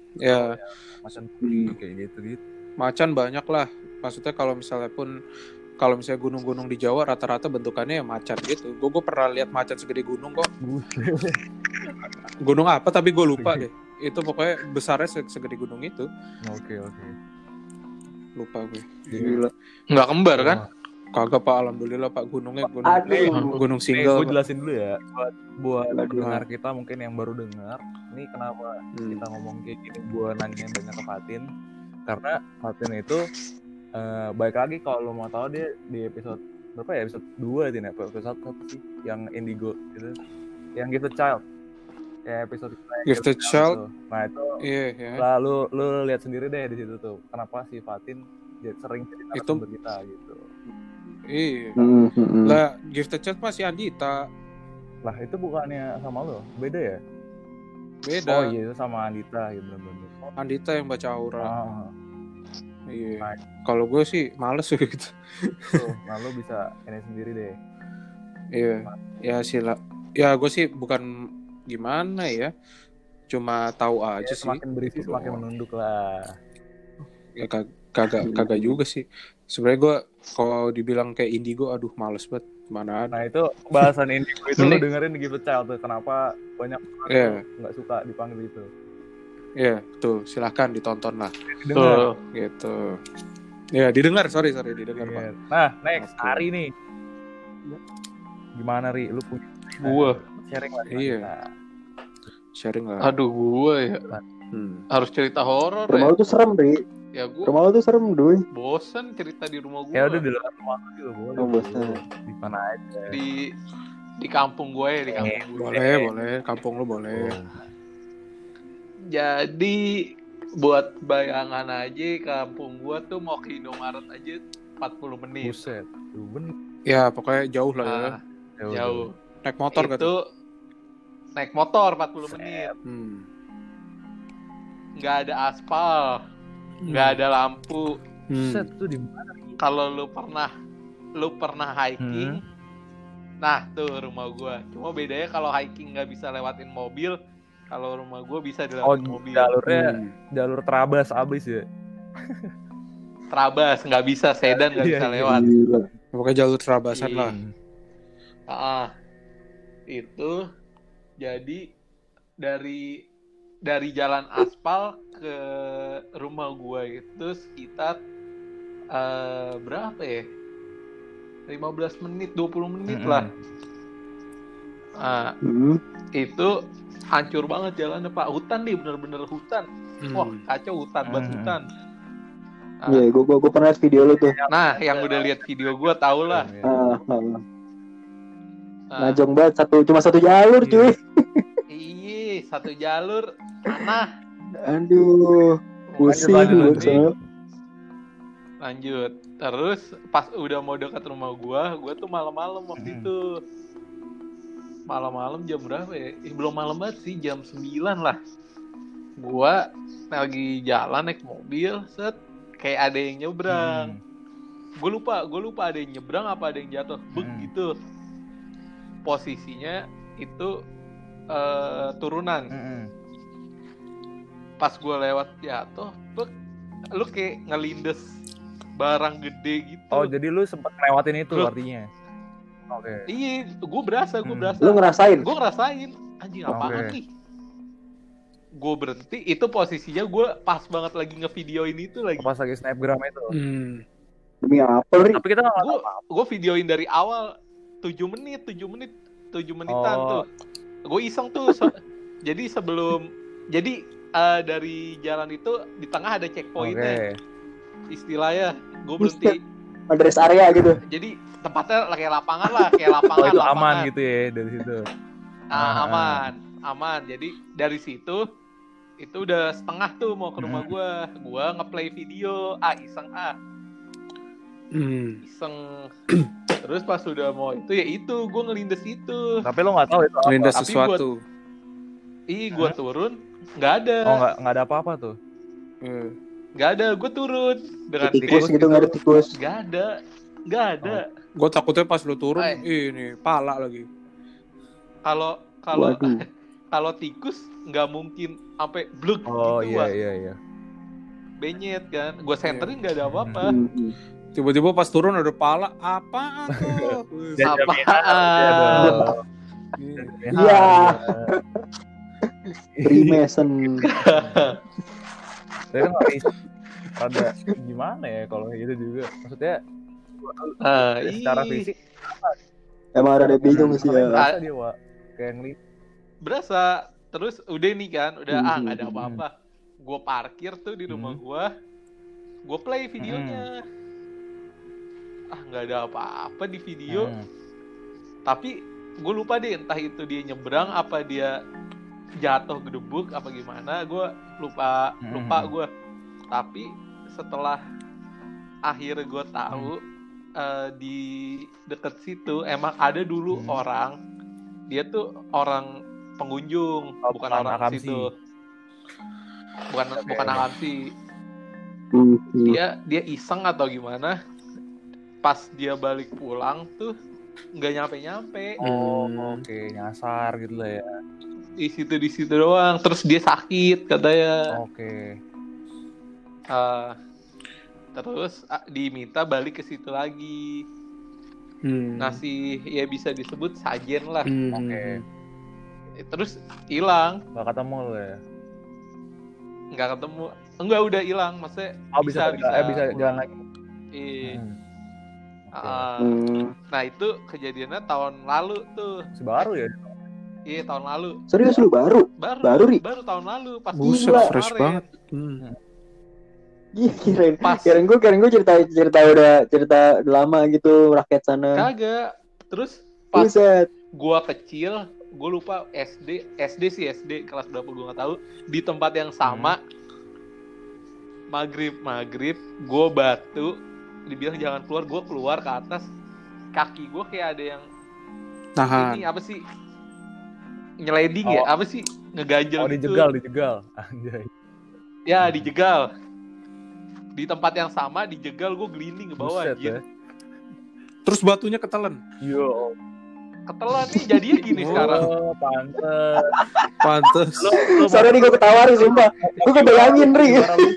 Ya, macan putih kayak gitu. Macan banyak lah, maksudnya kalau misalnya pun kalau misalnya gunung-gunung di Jawa rata-rata bentukannya ya macan gitu. Gue pernah lihat macan segede gunung kok. Gunung apa tapi gue lupa deh. Itu pokoknya besarnya segede gunung itu. Oke. Lupa gue. Gila. Nggak kembar kan? Kagak Pak, alhamdulillah Pak, gunung Gue single. jelasin dulu ya buat Aduh. pendengar kita mungkin yang baru dengar. Ini kenapa kita ngomong kayak gini, gue nanya banyak ke Fatin. Karena Fatin itu baik lagi kalau lo mau tahu dia di episode berapa ya, episode 2 ini episode apa sih yang Indigo gitu, yang Give the Child ya, episode Give the Child itu. Nah itu iya. lalu lu lihat sendiri deh di situ tuh kenapa si Fatin sering cerita itu kita gitu. Iya lah, Give the Child masih Andita lah, itu bukannya sama lo, beda ya? Beda. Oh iya, itu sama Andita ya, bener-bener Andita yang baca aura. Iya. Nah, kalau gue sih males gitu. Nah lo bisa ini sendiri deh. Iya. Ya ya gue sih bukan gimana ya, cuma tahu aja sih. Semakin berisi semakin menunduk lah. Ya kagak juga sih. Sebenarnya gue kalau dibilang kayak Indigo, aduh males banget. Mana ada. Nah itu bahasan Indigo itu lo dengerin di Give the Child tuh. Kenapa banyak orang nggak suka dipanggil itu? Iya, tuh silahkan ditonton lah. Didengar. Gitu. Ya didengar, sorry didengar Pak. Nah next Ari nih. Gimana Ri? Lu punya? Gue sharing lah. Iya. Sharing lah. Aduh gue ya. Harus cerita horor Rumah lu tuh serem, Ri. Ya gue Rumah lu tuh serem, Duy. bosen cerita di rumah gue. Ya udah di luar rumah lu juga boleh. Oh, bosan. Di mana aja. Di kampung gue ya, di kampung gue. Boleh, kampung lu boleh. Jadi buat bayangan aja, kampung gue tuh mau ke Indomaret aja 40 menit. Buset. Bener. Ya pokoknya jauh lah ya. Jauh. Naik motor kan? Itu naik motor 40 menit. Nggak ada aspal, nggak ada lampu. Buset, tuh di mana? Kalau lu pernah hiking, nah tuh rumah gue. Cuma bedanya kalau hiking nggak bisa lewatin mobil, kalau rumah gue bisa dilewatin mobil. Jalurnya jalur terabas abis ya. Terabas nggak bisa, sedan nggak bisa lewat. Pokoknya jalur terabasan lah. Itu jadi dari jalan aspal ke rumah gue itu sekitar berapa ya? 15 menit, 20 menit lah. Itu hancur banget jalannya Pak. Hutan nih, bener-bener hutan. Wah kacau, hutan banget hutan. Iya, gue pernah lihat video lu tuh. Nah, yang udah lihat video gue tau lah. Najong banget, cuma satu jalur cuy. Iya, satu jalur tanah. Aduh, pusing. Lanjut. Terus pas udah mau dekat rumah gue tuh malam-malam waktu itu. Malam-malam jam berapa ya? Belum malam banget sih, jam 9 lah. Gue lagi jalan naik mobil, kayak ada yang nyebrang. Gue lupa ada yang nyebrang apa ada yang jatuh. Begitu. Posisinya itu turunan. Pas gue lewat jatuh, lu kayak ngelindes barang gede gitu. Oh, jadi lu sempat lewatin itu artinya. Oke. Iya, gue berasa. Lu ngerasain? Gue ngerasain. Anjing apaan nih? Gue berhenti, itu posisinya gue pas banget lagi ngevideoin itu lagi. Pas lagi snapgram itu. Demi apa, Ri? Tapi kita gue videoin dari awal 7 menitan tuh. Gue iseng tuh. Jadi dari jalan itu di tengah ada checkpointnya. Istilahnya gue berhenti. Ada rest area gitu. Jadi tempatnya kayak lapangan lah, kayak lapangan. Itu aman gitu ya dari situ. Aman. Jadi dari situ itu udah setengah tuh mau ke rumah gue ngeplay video iseng. Terus pas udah mau itu gue ngelindes itu. Tapi lo nggak tahu itu apa. Ngelindes sesuatu. Gue turun nggak ada. Oh nggak ada apa-apa tuh. Nggak ada, gue turun dengan tikus gitu, nggak ada tikus. Nggak ada. Gue takutnya pas lu turun ini pala lagi. Kalau tikus nggak mungkin sampai bluk gitu. Iya. Benyet kan. Gue senterin nggak ada apa-apa. Tiba-tiba pas turun ada pala, apaan tuh? Apaan? Iya. Freemason. Saya kan ada gimana ya kalau kayak gitu juga. Maksudnya secara Ih, fisik Emang ada bingung sih ya. berasa dia, Wak. Kayak ngelip. berasa. Terus udah nih kan, udah nggak ada Hmm. apa-apa. Gue parkir tuh di rumah gue play videonya. Nggak ada apa-apa di video. Tapi gue lupa deh, entah itu dia nyebrang apa dia jatuh gedebuk apa gimana, gue lupa gue. Tapi setelah akhirnya gue tahu di deket situ emang ada dulu orang, dia tuh orang pengunjung, bukan orang akamsi. situ, bukan akamsi. Dia iseng atau gimana, pas dia balik pulang tuh nggak nyampe. Oke, nyasar gitu lah ya. Di situ doang, terus dia sakit katanya. Oke. Terus diminta balik ke situ lagi. Ngasih ya bisa disebut sajen lah. Oke. Terus hilang, Nggak ketemu lo ya. nggak ketemu, enggak udah hilang, maksudnya Bisa jalan lagi. Nah itu kejadiannya tahun lalu tuh. Masih baru ya. Iya tahun lalu. Serius lu baru? Baru, Ri? Baru tahun lalu pas Buset, gila, fresh kemarin. banget. Kirain gue cerita lama gitu rakyat sana. Kagak. Terus pas Buset. gua kecil, gue lupa SD kelas berapa gue nggak tahu, di tempat yang sama. Maghrib gue batu, dibilang jangan keluar, gue keluar ke atas, kaki gue kayak ada yang Tahan. ini apa sih, nyeleding ya, apa sih, ngeganjel gitu. Dijegal. Anjay. Ya dijegal. Di tempat yang sama dijegal, gue gelinding ke bawah. Buset, ya. Terus batunya ketelen. Yo. Ketelan nih jadinya gini sekarang. Pantes. Sorry nih gue ketawa nih sumpah. Gue kebayangin Ri.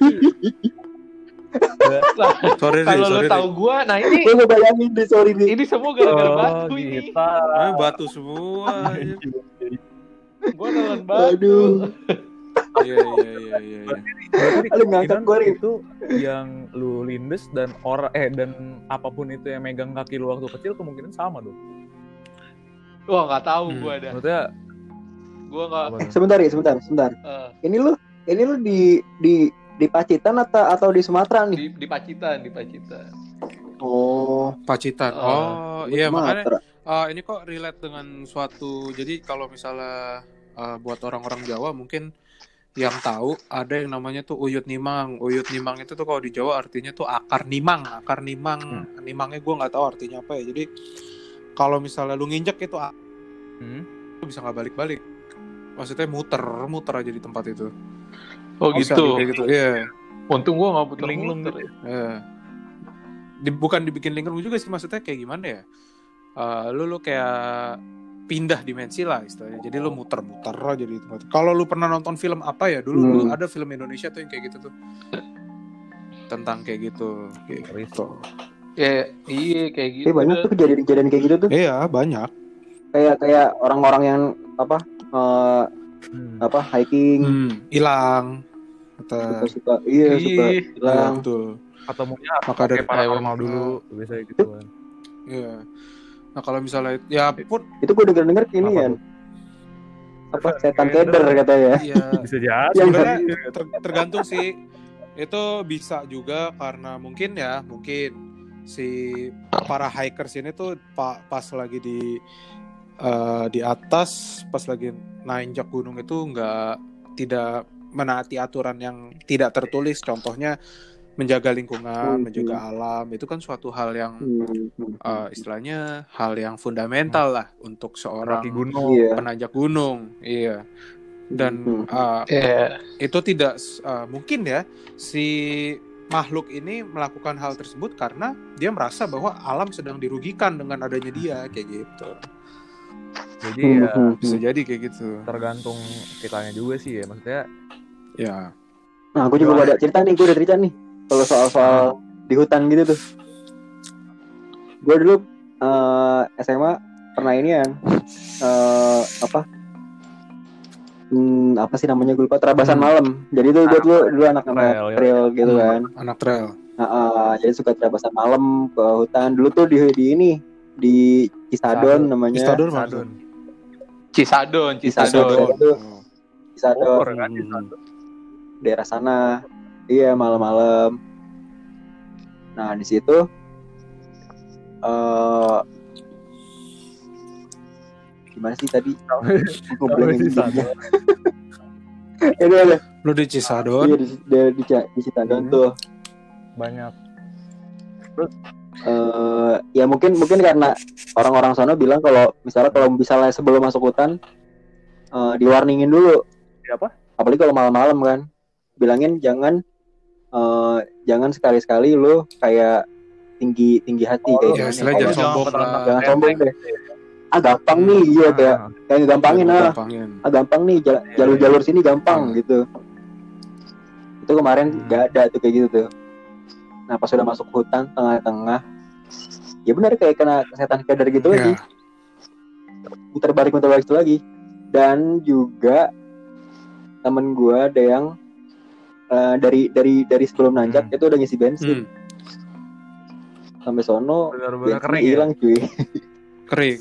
Sorry Kalau lo tahu gue, nah ini Gue kebayangin Ri, sorry Ri. ini semua gara-gara batu ini. Batu semua. Gue nelan batu. Aduh. Iya. Lu ngangkat gue Ri. Itu yang lu lindes dan dan apapun itu yang megang kaki lu waktu kecil kemungkinan sama dong. Wah nggak tahu gue dah. Maksudnya Gue nggak. Sebentar. Ini lu di Pacitan atau di Sumatera nih? Di Pacitan. Oh, Pacitan. Oh, iya Sumatera. makanya ini kok relate dengan suatu. Jadi kalau misalnya buat orang-orang Jawa mungkin yang tahu ada yang namanya tuh uyut nimang. Uyut nimang itu tuh kalau di Jawa artinya tuh akar nimang. Nimangnya gue nggak tahu artinya apa ya. Jadi kalau misalnya lu nginjek itu lu bisa nggak balik-balik. Maksudnya muter aja di tempat itu. Oh Bisa gitu. kayak gitu. Iya. Untung gue nggak puter Linglung muter. Iya. Bukan dibikin linglung juga sih, maksudnya kayak gimana ya? Lu kayak pindah dimensi lah istilahnya. Jadi lu muter-muter aja di tempat. Kalau lu pernah nonton film apa ya? Dulu ada film Indonesia tuh yang kayak gitu tuh. Tentang kayak gitu. Ya, iya kayak gitu. Banyak tuh kejadian kayak gitu tuh. Iya, banyak. Kayak orang-orang yang hiking Hilang. suka hilang. Betul. atau mungkin Maka dari paranormal dulu bisa gitu kan. Iya. Nah, kalau misalnya ya pun Itu gue denger ini ya. Setan keder katanya. iya. Bisa jadi. Sebenarnya tergantung sih. Itu bisa juga karena mungkin si para hikers ini tuh pas lagi di atas, pas lagi nanjak gunung itu tidak menaati aturan yang tidak tertulis, contohnya menjaga lingkungan, menjaga alam, itu kan suatu hal yang istilahnya hal yang fundamental lah untuk seorang penanjak gunung, iya. Dan itu tidak mungkin ya si makhluk ini melakukan hal tersebut karena dia merasa bahwa alam sedang dirugikan dengan adanya dia, kayak gitu. Jadi ya bisa jadi kayak gitu. Tergantung kitanya juga sih ya, maksudnya. Ya. Nah, gue juga ada cerita nih, kalau soal di hutan gitu tuh. Gue dulu SMA pernah ini kan apa sih namanya, gue lupa, terabasan malam. Jadi tuh gue dulu anak trail gitu kan. Anak trail. Jadi suka terabasan malam ke hutan. Dulu tuh di Cisadon namanya. Cisadon. Daerah sana. Iya, malam-malam. Nah, di situ gimana sih tadi? Ini ada. Lu di Cisadon? Iya, di Cisadon tuh. Banyak. Ya mungkin karena orang-orang sana bilang kalau misalnya sebelum masuk hutan di-warningin dulu. Apa? Apalagi kalau malam-malam kan. Bilangin jangan sekali-sekali lu kayak tinggi hati kayak gimana. Jangan sombong lah. Jangan sombong deh. Gampang nih iya kayak gampangin gampang nih jalur sini gampang gitu. Itu kemarin gak ada tuh kayak gitu tuh. Nah pas udah masuk hutan tengah-tengah, ya benar kayak kena setan keder gitu lagi. Muter balik itu lagi. Dan juga temen gue ada yang dari sebelum nanjak itu udah ngisi bensin. Sampai sono benar-benar bensin hilang cuy. Kering.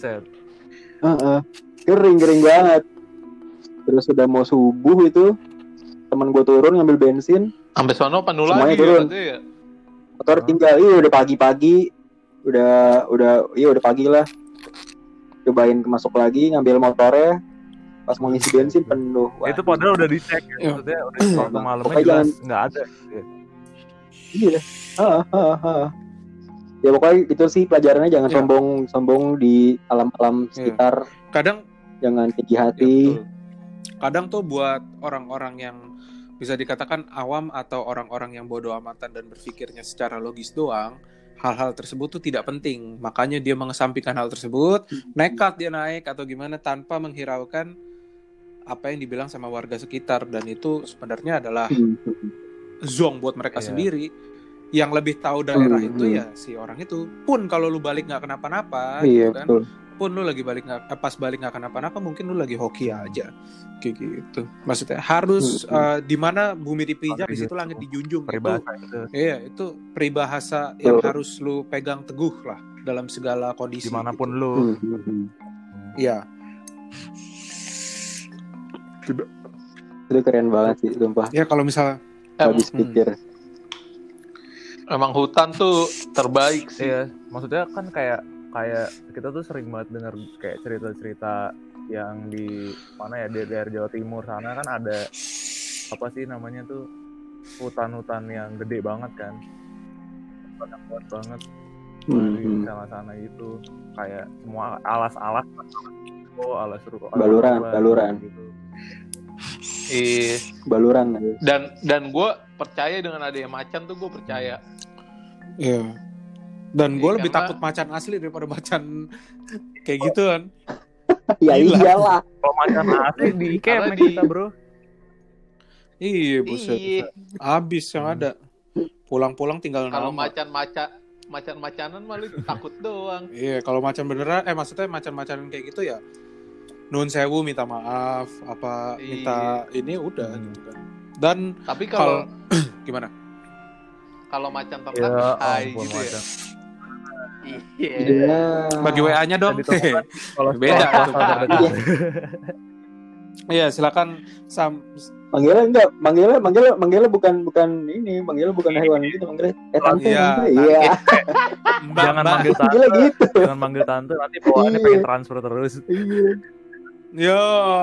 Kering banget. Terus udah mau subuh itu temen gue turun ngambil bensin. Sampai sono penuh semuanya lagi turun. Ya. Motor tinggal, udah pagi-pagi, udah pagi lah. Cobain masuk lagi ngambil motornya, pas mau ngisi bensin penuh. Wah, itu padahal udah dicek, maksudnya udah waktu malamnya jelas nggak ada. Iya. Ya pokoknya itu sih pelajarannya, jangan sombong di alam-alam sekitar. Kadang jangan tinggi hati. Ya, kadang tuh buat orang-orang yang bisa dikatakan awam atau orang-orang yang bodoh amatan dan berpikirnya secara logis doang, hal-hal tersebut tuh tidak penting. Makanya dia mengesampingkan hal tersebut, nekat dia naik atau gimana tanpa menghiraukan apa yang dibilang sama warga sekitar. Dan itu sebenarnya adalah zong buat mereka sendiri. Yang lebih tahu daerah itu ya si orang itu. Pun kalau lu balik nggak kenapa-napa, gitu kan. Betul. Pun lu lagi pas balik nggak kenapa-napa, mungkin lu lagi hoki aja kayak gitu. Maksudnya harus di mana bumi dipijak di situ langit dijunjung. Iya, itu peribahasa yang harus lu pegang teguh lah dalam segala kondisi dimanapun gitu. Lu Iya. Itu keren banget sih sumpah. Ya kalau misalnya habis pikir emang hutan tuh terbaik sih. Iya, maksudnya kan kayak kita tuh sering banget dengar kayak cerita-cerita yang di mana ya, di daerah Jawa Timur sana kan ada apa sih namanya tuh hutan-hutan yang gede banget kan, banyak banget di sana-sana itu, kayak semua alas-alas baluran gitu. Baluran. Dan gue percaya dengan adanya macan tuh, gue percaya. Iya. Dan gue lebih takut macan asli daripada macan kayak gitu kan. Ya iyalah. Kalau macan asli di camp kita bro. Iya buset. Abis yang ada. Pulang-pulang tinggal kalau nama. macan-macanan malah takut doang. Iya, kalau macan beneran maksudnya macan-macanan kayak gitu ya nuhun sewu, minta maaf, minta ini udah gitu kan. Dan tapi kalau gimana? Kalau macan ternak hai gitu ya. Iya. Bagi WA-nya dong. Kalau beda tuh. Iya, silakan manggilnya bukan ini, manggilnya bukan hewan gitu, manggilnya tante. Iya. Jangan manggil tante gitu. Jangan manggil tante, nanti bawaannya pengen transfer terus. Iya.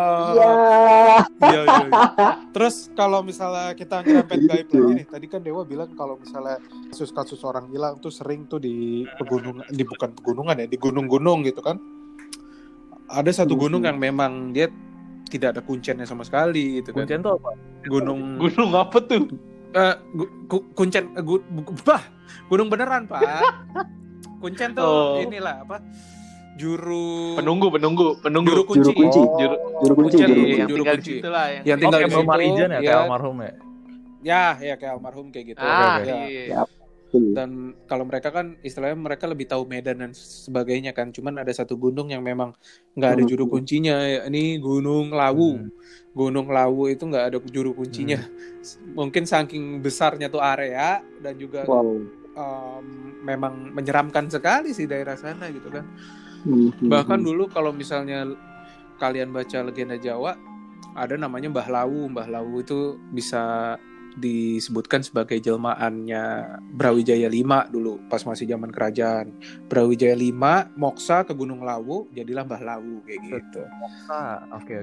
Terus kalau misalnya kita nyerempet gaib lagi nih, tadi kan Dewa bilang kalau misalnya kasus orang hilang tuh sering tuh di pegunungan, bukan pegunungan ya, di gunung-gunung gitu kan. Ada satu gunung yang memang dia tidak ada kuncennya sama sekali gitu kan. Kuncen tuh apa? Gunung apa tuh? Kuncen gunung beneran, Pak. Kuncen tuh inilah apa? Juru kunci. Juru kunci. Yang tinggal di situ lah. Yang tinggal di situ. Marijan ya, kayak almarhum ya? Ya kayak almarhum kayak gitu. Iya. Dan kalau mereka kan istilahnya mereka lebih tahu medan dan sebagainya kan. Cuman ada satu gunung yang memang nggak ada juru kuncinya. Ini Gunung Lawu. Gunung Lawu itu nggak ada juru kuncinya. Mungkin saking besarnya tuh area dan juga memang menyeramkan sekali sih daerah sana gitu kan. Bahkan dulu kalau misalnya kalian baca legenda Jawa, ada namanya Mbah Lawu. Mbah Lawu itu bisa disebutkan sebagai jelmaannya Brawijaya V dulu pas masih zaman kerajaan. Brawijaya V moksa ke Gunung Lawu, jadilah Mbah Lawu kayak gitu. Oke.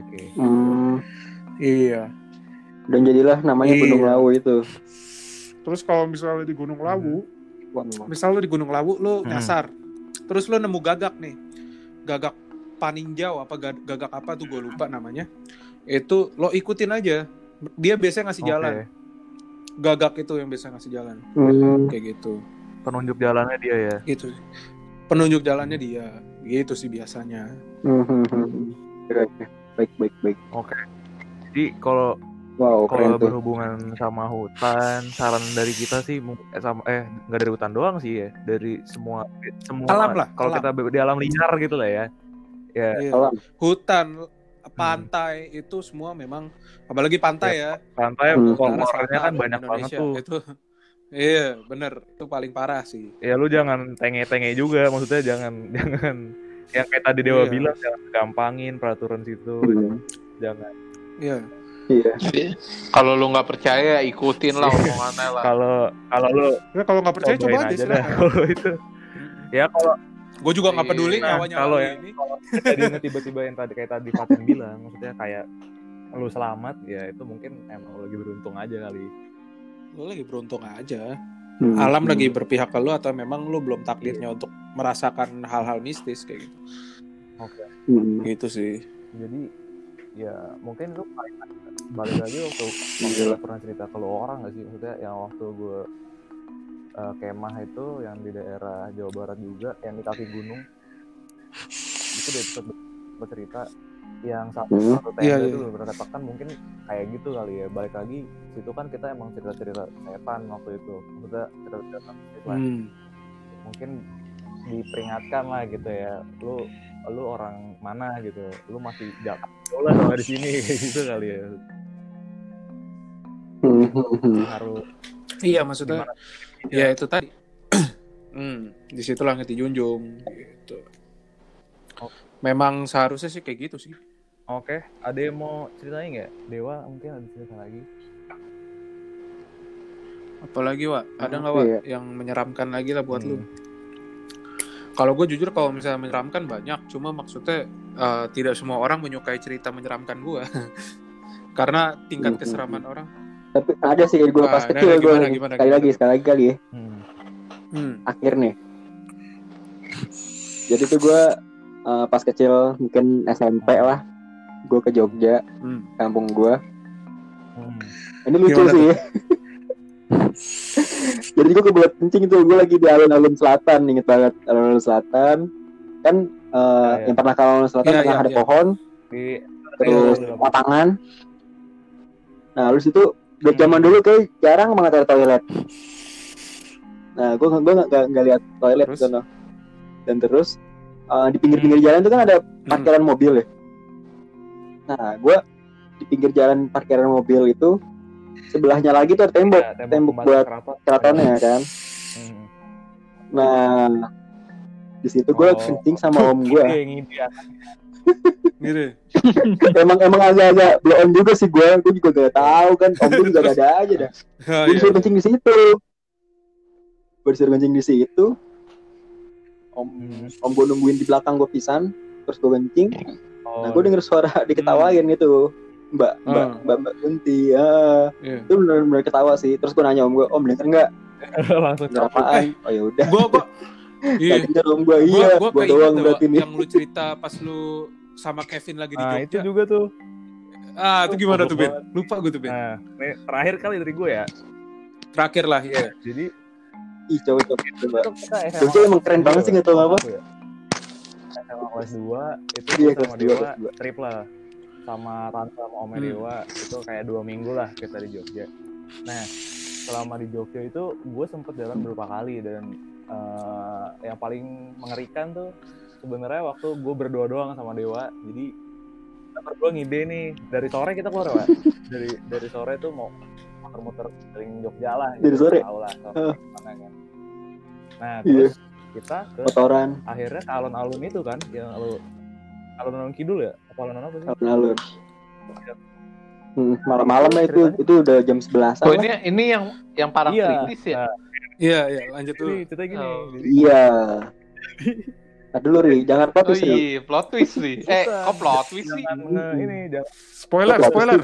Iya. Dan jadilah namanya Gunung Lawu itu. Terus kalau misalnya di Gunung Lawu, misalnya di Gunung Lawu lo nyasar, terus lo nemu gagak nih, gagak paninjau apa gagak apa tuh gue lupa namanya. Itu lo ikutin aja, dia biasanya ngasih jalan. Gagak itu yang biasa ngasih jalan. Kayak gitu. Penunjuk jalannya dia ya. Gitu. Penunjuk jalannya dia. Gitu sih biasanya. Baik. Oke. Jadi kalau berhubungan sama hutan, saran dari kita sih nggak dari hutan doang sih ya, dari semua alam lah. Kalau kita di alam liar gitu lah ya. Ya. Iya. Hutan, pantai itu semua memang, apalagi pantai ya. Pantai horornya kan banyak banget tuh. Itu, iya bener, itu paling parah sih. Ya lu jangan tenge-tenge juga, maksudnya jangan yang kayak tadi Dewa bilang, jangan gampangin peraturan situ. Jangan. Iya. Kalau lu nggak percaya ikutin lah omongannya lah. Kalau nggak percaya coba aja dah. Kalau itu ya kalau gue juga nggak peduli nyawanya kalau ini. Tadi tiba-tiba yang tadi kayak tadi Fatin bilang, maksudnya kayak lu selamat ya, itu mungkin emang lu lagi beruntung aja kali. Lu lagi beruntung aja. Alam lagi berpihak ke lu, atau memang lu belum takdirnya untuk merasakan hal-hal mistis kayak gitu. Oke. Gitu sih. Jadi ya mungkin lu balik lagi waktu gue pernah cerita ke lu orang nggak sih, maksudnya yang waktu gue kemah itu yang di daerah Jawa Barat juga, yang di kaki gunung itu dia bercerita yang satu tenda itu benar katakan mungkin kayak gitu kali ya. Balik lagi situ kan kita emang cerita setan waktu itu, maksudnya cerita lah. Mungkin diperingatkan lah gitu ya, lu orang mana gitu, lu masih jauh lah sama di sini kayak gitu kali ya. Harus iya maksudnya ya itu tadi. Di situ langit dijunjung gitu. Memang seharusnya sih kayak gitu sih. Oke, ada yang mau ceritain nggak? Dewa mungkin ada cerita lagi. Apalagi Wak? Ada nggak Wak yang menyeramkan lagi lah buat lu? Kalau gue jujur kalau misalnya menyeramkan banyak, cuma maksudnya tidak semua orang menyukai cerita menyeramkan gue. Karena tingkat keseraman orang. Tapi ada sih gue pas kecil gimana, sekali lagi kali ya. Akhir nih. Jadi tuh gue pas kecil mungkin SMP lah, gue ke Jogja, kampung gue. Ini lucu sih. Jadi gue kebelet kencing tuh, gue lagi di alun-alun selatan, inget banget alun-alun selatan. Kan yang pernah ke alun-alun selatan tengah ada pohon, terus lapangan. Nah, lalu situ buat zaman dulu kayak jarang banget ada toilet. Nah, gue nggak lihat toilet di sana. Dan terus di pinggir-pinggir jalan itu kan ada parkiran mobil ya. Nah, gue di pinggir jalan parkiran mobil itu sebelahnya lagi tuh ada tembok buat keratonnya kan. Nah, di situ gue kencing sama om gue. Gitu. emang agak blow on juga sih gue juga gak tahu kan, om gue juga gak ada aja dah. Gue disuruh kencing di situ. Om gue nungguin di belakang gue pisan, terus gue kencing. Nah, gue denger suara diketawain gitu, Mbak Kunti itu bener-bener ketawa sih. Terus gue nanya om gue, om denger nggak? Langsung apaan? Oh ya udah. Iya. Gue doang berarti nih. Yang lu cerita pas lu sama Kevin lagi di Jogja. Itu juga tuh. Itu gimana tuh Ben? Lupa gue tuh Ben. Nah, ini terakhir kali dari gue ya. Terakhir lah ya. Jadi coba. Jogja emang keren banget sih, nggak tahu apa. SMA kelas 2 itu gue sama Dewa trip lah, sama tante sama Om Dewa itu kayak 2 minggu lah kita di Jogja. Nah selama di Jogja itu gue sempet jalan beberapa kali, dan yang paling mengerikan tuh sebenarnya waktu gue berdua doang sama Dewa. Jadi kita berdua ngide nih, dari sore kita keluar Pak. Dari sore tuh mau muter-muter keliling Jogja lah. Dari sore? Tahu lah mana kan. Nah terus kita ke motoran. Akhirnya ke alun-alun itu kan, yang alun-alun Kidul ya? Apa alun-alun apa sih? Alun-alun. Malam-malam lah itu udah jam 11-an. Oh ini yang parah kritis ya? Iya, lanjut dulu. Cerita gini. Iya. Nah dulu Ri, jangan plot twist. Iya, plot twist nih. Kok plot twist sih? Jangan spoiler.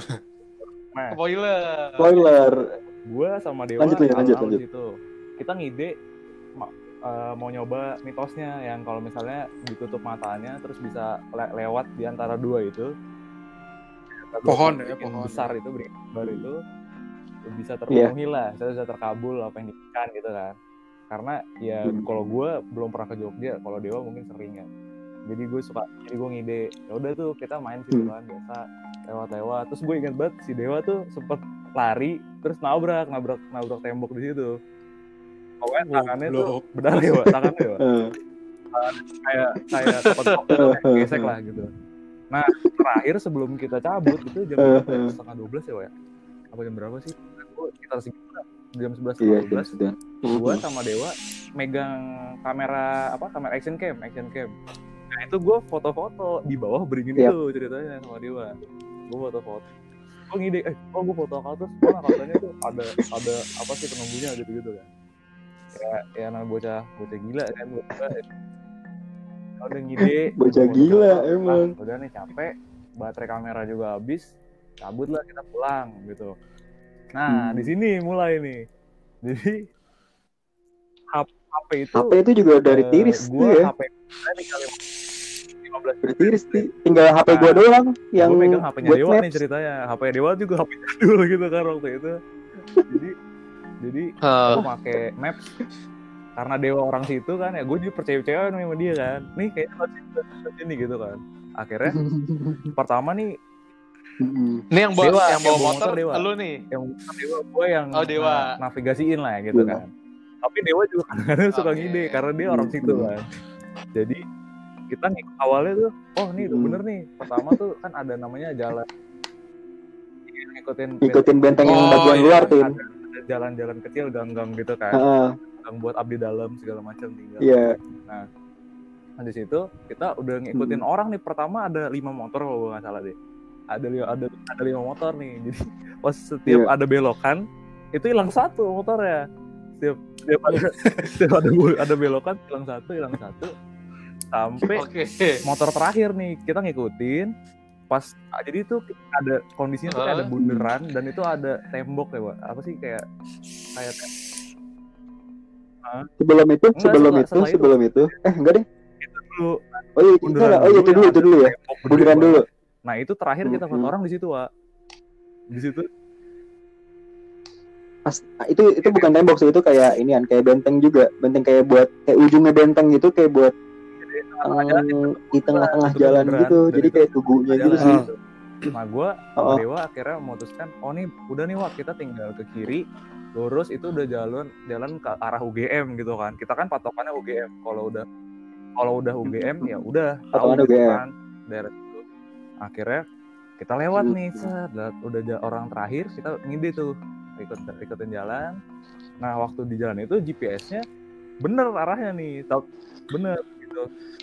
Spoiler. Gue sama Dewa lanjut. Itu. Kita ngide mau nyoba mitosnya yang kalau misalnya ditutup matanya terus bisa lewat di antara dua itu. Pohon besar itu, beringin itu bisa terpenuhi lah, bisa terkabul apa yang diinginkan gitu kan. Karena ya kalau gue belum pernah ke Jogja, kalau Dewa mungkin sering ya. Jadi gue ngide, ya udah tuh kita main situ kan biasa lewat. Terus gue ingat banget si Dewa tuh sempet lari terus nabrak tembok di situ. Pokoknya tangannya tuh benar Dewa, tangannya Dewa. kayak gesek lah gitu. Nah terakhir sebelum kita cabut itu jam 11:30 ya Wak ya? Apa jam berapa sih? Sekitar segitu jam 11:15. Gue sama Dewa megang kamera action cam. Nah itu gue foto-foto di bawah beringin itu ceritanya sama Dewa. Gue foto-foto. Gue ngide, gue foto ke atas, mana katanya tuh ada apa sih penunggunya gitu kan. Ya namanya bocah gila kan. Udah ngide, bocah gila emang. Udah nih capek, baterai kamera juga habis, cabut lah kita pulang gitu. Nah di sini mulai nih. Jadi HP itu juga dari tiris tuh ya. HP tinggal 15 dari tiris tinggal HP gua doang yang gua megang HP-nya Dewa nih ceritanya. HP Dewa juga HP jadul gitu kan waktu itu. Jadi gua pakai Maps. Karena Dewa orang situ kan ya, gue juga percaya sama dia kan. Nih kayaknya sini gitu kan. Akhirnya pertama nih yang bawa motor Dewa. Lu nih. Yang Dewa, gue yang Dewa. navigasiin lah gitu kan. Tapi Dewa juga kadang-kadang suka ngide karena dia orang situ kan. Jadi kita awalnya tuh, nih bener nih. Pertama tuh kan ada namanya jalan. Ikutin benteng yang bagian luar tuh. Ada jalan-jalan kecil, gang-gang gitu kan. Buat abdi dalam segala macam tinggal. Nah di situ kita udah ngikutin orang nih. Pertama ada 5 motor kalau gue nggak salah deh. Ada 5 motor nih. Jadi pas setiap ada belokan itu hilang satu motornya. Setiap ada belokan hilang satu sampai motor terakhir nih kita ngikutin. Pas jadi itu ada kondisinya tuh kayak ada bunderan dan itu ada tembok ya, Pak. Apa sih kayak Sebelum itu enggak deh. Itu dulu. Itu dulu ya. Bunderan dulu. Nah, itu terakhir kita foto orang di situ, Wak. Di situ. Pas itu bukan tembok sih, itu kayak inian, kayak benteng juga. Benteng kayak buat kayak ujungnya benteng gitu, kayak buat di tengah-tengah jalan gitu. Jadi kayak tugunya gitu sih. Nah, gue sama Dewa akhirnya memutuskan, nih udah nih Wak, kita tinggal ke kiri. Lurus itu udah jalan ke arah UGM gitu kan. Kita kan patokannya UGM. Kalau udah UGM ya udah patokan UGM kan daerah itu. Akhirnya kita lewat nih, udah orang terakhir kita ngide tuh ikutin jalan. Nah waktu di jalan itu GPS-nya bener arahnya nih, bener gitu.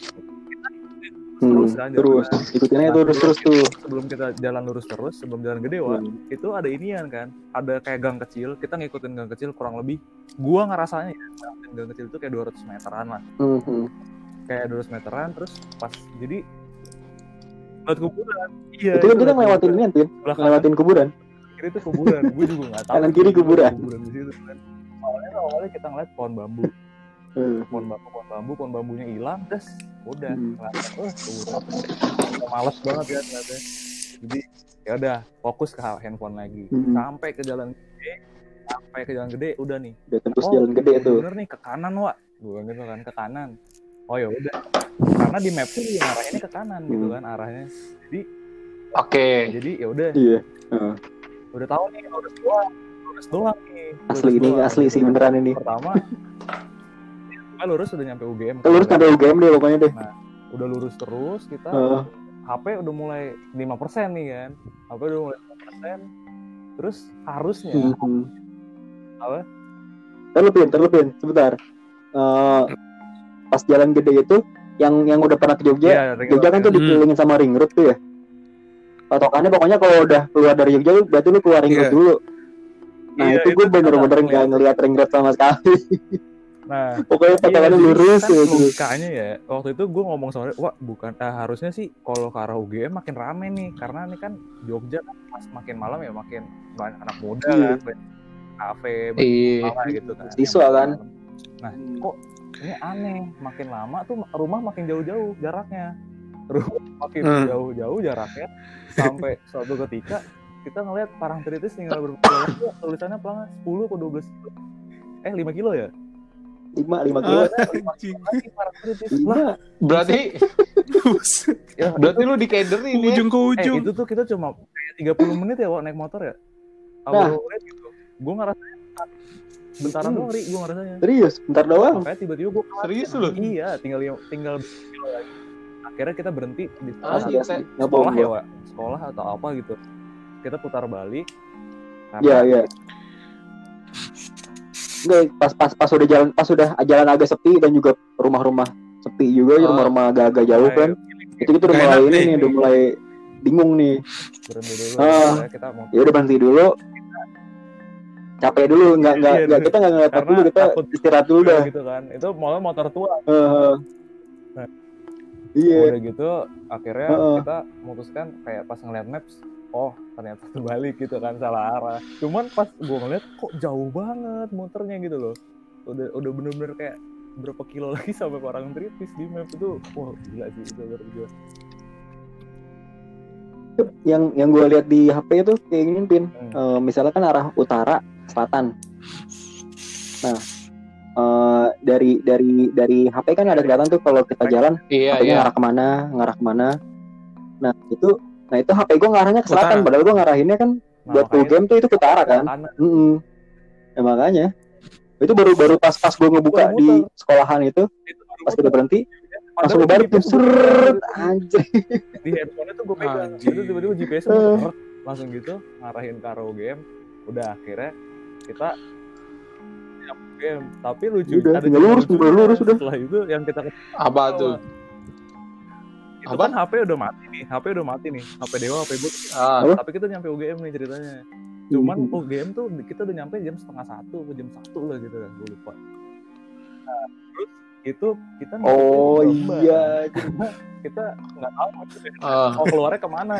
Terus ikutinnya terus tuh. Sebelum kita jalan lurus terus, sebelum jalan gede itu ada inian kan, ada kayak gang kecil. Kita ngikutin gang kecil kurang lebih, gua ngerasanya gang kecil itu kayak 200 meteran lah. Kayak 200 meteran, terus pas jadi lewat kuburan. Iya. Itu kan kita ngelewatin ini, ngelewatin kuburan. Kiri itu kuburan, gue juga nggak tahu. Kanan kiri kuburan di situ kan. Awalnya kita ngeliat pohon bambu. Pohon bambunya hilang, terus udah males banget ya ternyata. Jadi ya udah fokus ke handphone lagi. Sampai ke jalan gede udah nih. Udah tembus jalan gede tuh. Bener nih ke kanan, Wak. Gue gitu kan ke kanan. Oh ya udah. Karena di map tuh arahnya ke kanan gitu kan arahnya. Jadi jadi ya udah. Iya. Udah tahu nih lurus lurus doang nih. Asli sih beneran ini. Pertama lurus udah nyampe UGM. Lurus sampai UGM deh pokoknya deh. Nah, udah lurus terus kita HP udah mulai 5% nih kan. HP udah mulai 5%. Terus harusnya apa? Terlebih sebentar. Pas jalan gede itu yang udah pernah ke Jogja, Jogja kan tuh dikelilingin sama ring road tuh ya. Patokannya pokoknya kalau udah keluar dari Jogja berarti lu keluar ring road dulu. Nah, itu gue bener-bener nggak ngeliat ring road sama sekali. Nah, pokoknya patokannya lurus kan logikanya ya. Waktu itu gue ngomong sama dia, wah bukan, harusnya sih kalau ke arah UGM makin rame nih, karena ini kan Jogja kan pas makin malam ya makin banyak anak muda kan, kafe, banyak gitu kan. Siswa kan. Nah, kok ini aneh, makin lama tuh rumah makin jauh-jauh jaraknya, rumah makin jauh-jauh jaraknya, sampai suatu ketika kita ngeliat Parangtritis tinggal berapa kilo, tulisannya pelan 10 atau 12 kilo, 5 kilo ya? 5 kilo. Berarti berarti lu dikederin ya. Ujung ke ujung. Itu tuh kita cuma 30 menit ya naik motor ya. Awal gitu. Gue ngerasanya bentaran doang, gue ngerasanya. Serius, bentar doang. Makanya tiba-tiba gue serius lu? Iya, tinggal kilo lagi. Akhirnya kita berhenti di sekolah ya, Wak. Sekolah atau apa gitu. Kita putar balik. Iya. Enggak, pas udah jalan agak sepi dan juga rumah-rumah sepi juga, rumah-rumah agak jauh kan. Itu kita udah mulai bingung nih. Berhenti dulu. Kita mau. Ya udah berhenti dulu. Capek dulu, kita nggak ngeliat dulu, kita istirahat dulu dah. Gitu kan. Itu malah motor tua. Nah, iya. Udah gitu, akhirnya kita memutuskan kayak pas ngeliat maps, oh ternyata terbalik gitu kan, salah arah. Cuman pas gue ngeliat kok jauh banget muternya gitu loh. Udah bener-bener kayak berapa kilo lagi sampai Parangtritis di map itu. Wah gila sih itu gue. Yang gue lihat di HP itu kayak gini Pin. Misalnya kan arah utara selatan. Nah, dari HP kan ada kelihatan tuh kalau kita jalan, ngarah kemana. Nah itu HP gue ngarahnya ke selatan, padahal gue ngarahinnya kan buat full game tuh itu ke utara kan. Ya makanya itu baru pas gue ngebuka di sekolahan itu, pas kita berhenti langsung balik tuh seret anjir. Di handphone tuh gue pegang, itu tiba-tiba GPS muter langsung gitu ngarahin ke arah game. Udah akhirnya kita game, tapi lucu udah, ada lurus udah. Setelah itu yang kita apa tuh? Itu kan HP udah mati nih, HP Dewa, HP gue. Tapi kita nyampe UGM nih ceritanya. Cuman UGM tuh kita udah nyampe jam 12:30 ke jam 1 lah gitu kan, gue lupa. Nah, terus itu kita iya, kita nggak tahu mau keluarnya kemana.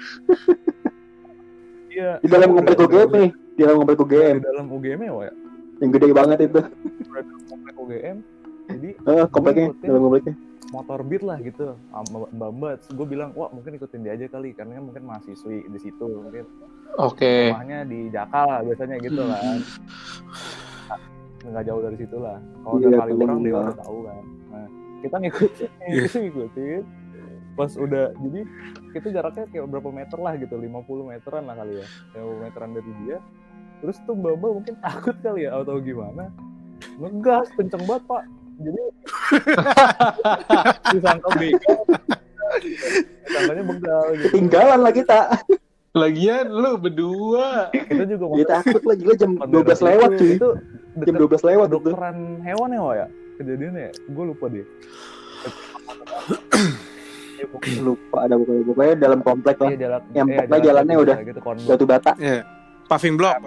Iya. Di dalam komplek UGM nih, di dalam UGM ya, Wak. Yang gede banget itu. Komplek UGM. Jadi kompleknya, dalam kompleknya. Motor Beat lah gitu, Mbak. Gue bilang, wah mungkin ikutin dia aja kali, karena mungkin mahasiswi di situ, mungkin. Oke. Rumahnya di Jakal biasanya gitu kan. Nggak jauh dari situ lah. Kalau udah kali orang dia udah tahu kan. Nah, kita ngikutin. Pas udah, jadi kita jaraknya kayak berapa meter lah gitu, 50 meteran lah kali ya. 50 meteran dari dia. Terus tuh Mbak mungkin takut kali ya, atau gimana. Ngegas, kenceng banget Pak. Jadi disangka begal. Disangkanya begal gitu. Ketinggalan lah kita. Lagian lu berdua. Kita juga takut lah, gila jam 12 lewat cuy. Itu jam 12 lewat itu. Dokteran hewan ya kejadiannya. Gue lupa deh. Lupa ada pokoknya dalam komplek lah. Iya, yang pokoknya jalannya udah gitu, batu bata. Iya. Paving block.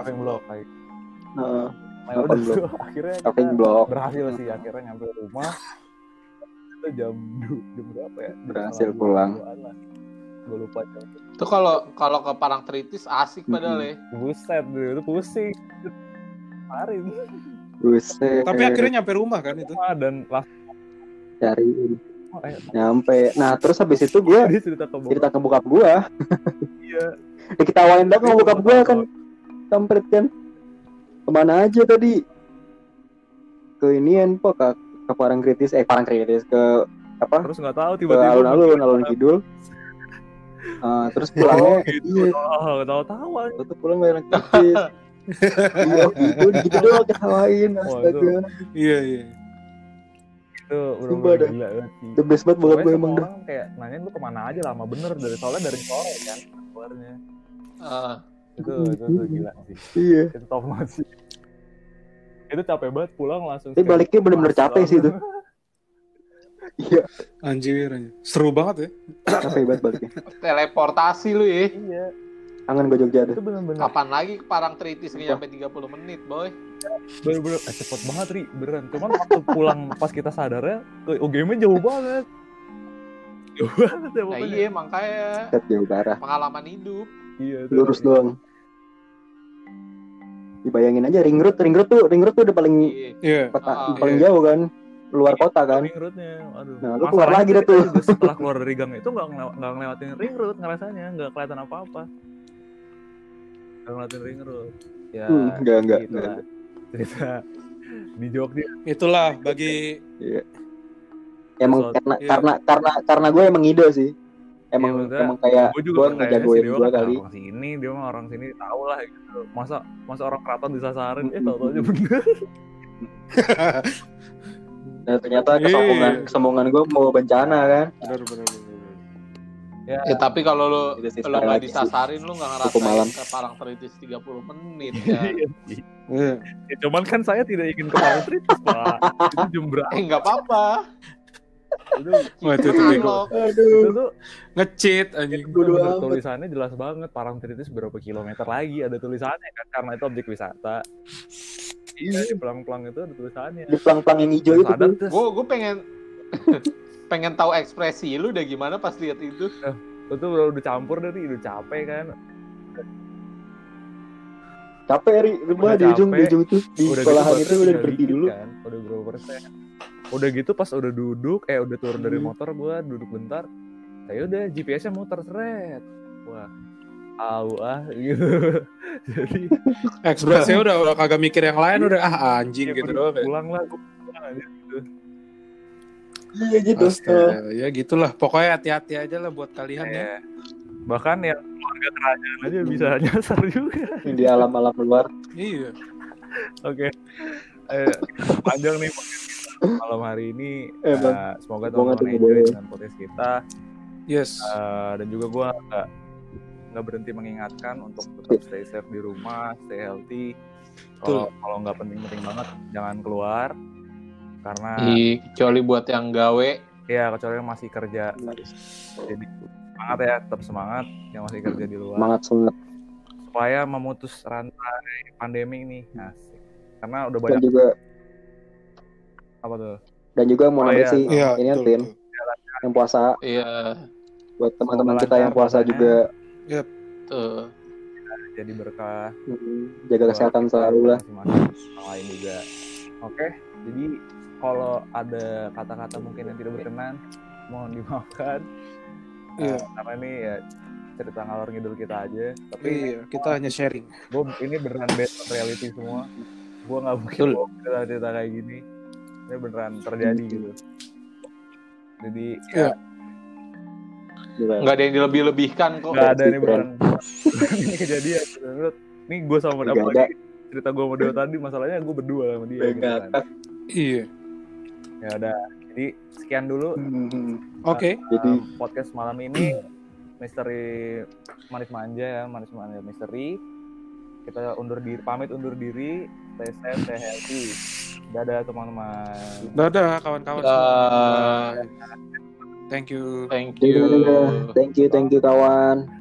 Akhirnya paving block. Berhasil sih akhirnya nyampe rumah. Itu jam berapa ya? Berhasil pulang. Gue lupa jam. Itu kalau ke Parangtritis asik padahal ya. Buset, itu pusing. Kemarin. Buset. Tapi akhirnya nyampe rumah kan itu. Dan langsung cari nyampe. Nah, terus habis itu gue cerita ke bokap gue. Iya. Diketawain dah sama bokap gue kan. Kampret kan. Kemana aja tadi? Ke inian po ke Parangtritis ke apa? Terus nggak tahu tiba-tiba alun-alun kidul. Terus pulangnya tahu-tahu pulang Parangtritis. Iya gitu doang ketawain astaga. Iya. Itu Sumpah dah. gila banget sih. The best banget Pokoknya gue semua emang dah. orang kayak nanyain lu kemana aja lama bener soalnya dari sore kan keluarnya. Itu tuh gila sih. Iya. Itu top banget sih. Itu capek banget pulang langsung. Tapi baliknya bener-bener capek sih itu. Iya. Anjir. Seru banget ya. Capek banget baliknya. Teleportasi lu ya. Iya. Kangen gue Jogja Itu tuh. bener-bener. Kapan lagi ke Parangtritis nggak nyampe 30 menit, boy. Bener-bener cepet banget Ri, beneran. Cuman waktu pulang pas kita sadarnya ke UGM-nya jauh banget. Jauh banget ya Nah pokoknya. iya makanya Set jauh parah. pengalaman hidup. Iya, itu. Lurus doang. Dibayangin aja ring road tuh udah paling Iya. paling jauh kan. Luar kota kan. Ring roadnya, aduh. Nah, lu keluar lagi dah Masalahnya tuh. kita juga setelah keluar dari gang itu nggak ngelewatin ring road ngerasanya, nggak kelihatan apa-apa. Nggak ngelewatin ring road. Ya, Enggak. itulah cerita di Jogja. Itulah bagi Emang Iya. karena gue emang ide sih. Iya, Emang maksudnya, kayak gue juga gue kayaknya ngejagoin si Dewa gue kan kali. orang sini, dia mah orang sini tahu lah gitu. Masa orang keraton disasarin, tahu-tahu aja bener. Nah, ternyata Iya. kesombongan gue mau bencana kan. Benar. Ya, Ya tapi kalau lu Itu sih nggak sekali lagi disasarin lu nggak Cukup malam. ngerasain ke Parangtritis 30 menit kan. Iya. ya, cuman kan saya tidak ingin ke Parangtritis, Pak. Itu jam berapa? Nggak apa-apa. Itu Wah, itu Itu bego. unlock. itu tuh Nge-cheat anjing. bener-bener tulisannya jelas banget Parangtritis berapa kilometer lagi ada tulisannya kan karena itu objek wisata. Iya di pelang-pelang itu ada tulisannya. Di pelang-pelang yang hijau itu Sadar tuh. tuh. Gue pengen tahu ekspresi lu udah gimana pas lihat itu. Itu udah campur dari udah capek kan. Capek Ri, rumah Udah di ujung capek. tuh di Udah sekolahan gitu itu udah tinggal berhenti dikit dulu. kan. Udah berapa persen. Udah gitu pas udah duduk udah turun dari motor gua duduk bentar. Ya udah GPS-nya muter seret. Wah. Gitu. Jadi Ekspresinya udah kagak mikir yang lain, udah anjing gitu doang. pulang lah gua pulang aja gitu. Iya gitu. Astaga, ya gitulah. Pokoknya hati-hati aja lah buat kalian ya. Iya. Bahkan yang keluarga kerajaan aja bisa nyasar juga. Yang di alam-alam luar. Iya. Oke. Panjang nih podcast kita malam hari ini. Semoga teman-teman enjoy dengan podcast kita. Yes. Dan juga gue nggak berhenti mengingatkan untuk tetap stay safe di rumah, stay healthy. Kalau nggak penting-penting banget, jangan keluar. Karena kecuali buat yang gawe. Ya kecuali yang masih kerja. Jadi semangat ya, tetap semangat yang masih kerja di luar. Semangat banget. Supaya memutus rantai pandemi ini. Asik. Karena udah banyak. Dan juga apa tuh? Dan juga mau nambahin sih ini Tin. Yang puasa. Iya. Buat teman-teman kita yang puasa juga. Yep. Tuh. Jadi berkah. Jaga kesehatan selalu lah. Lain juga. Oke, jadi kalau ada kata-kata mungkin yang tidak berkenan, mohon dimaafkan. Karena ini ya cerita ngalor ngidul kita aja. Tapi kita hanya sharing. Ini beneran based on reality semua. Gue nggak mungkin cerita kayak gini. Ini beneran terjadi gitu. Jadi nggak ada yang dilebih-lebihkan kok. Nggak ada nih beneran. Ini kejadian. Ini gue sama Dewa lagi. Cerita gue sama Dewa tadi masalahnya gue berdua sama dia. Gitu kan. Iya. Ya udah. Jadi sekian dulu. Oke. Jadi podcast malam ini misteri manis manja ya, manis manja misteri. Kita pamit undur diri. Stay safe, stay healthy. Dadah teman-teman. Dadah kawan-kawan semua. Thank you. Thank you. Thank you kawan.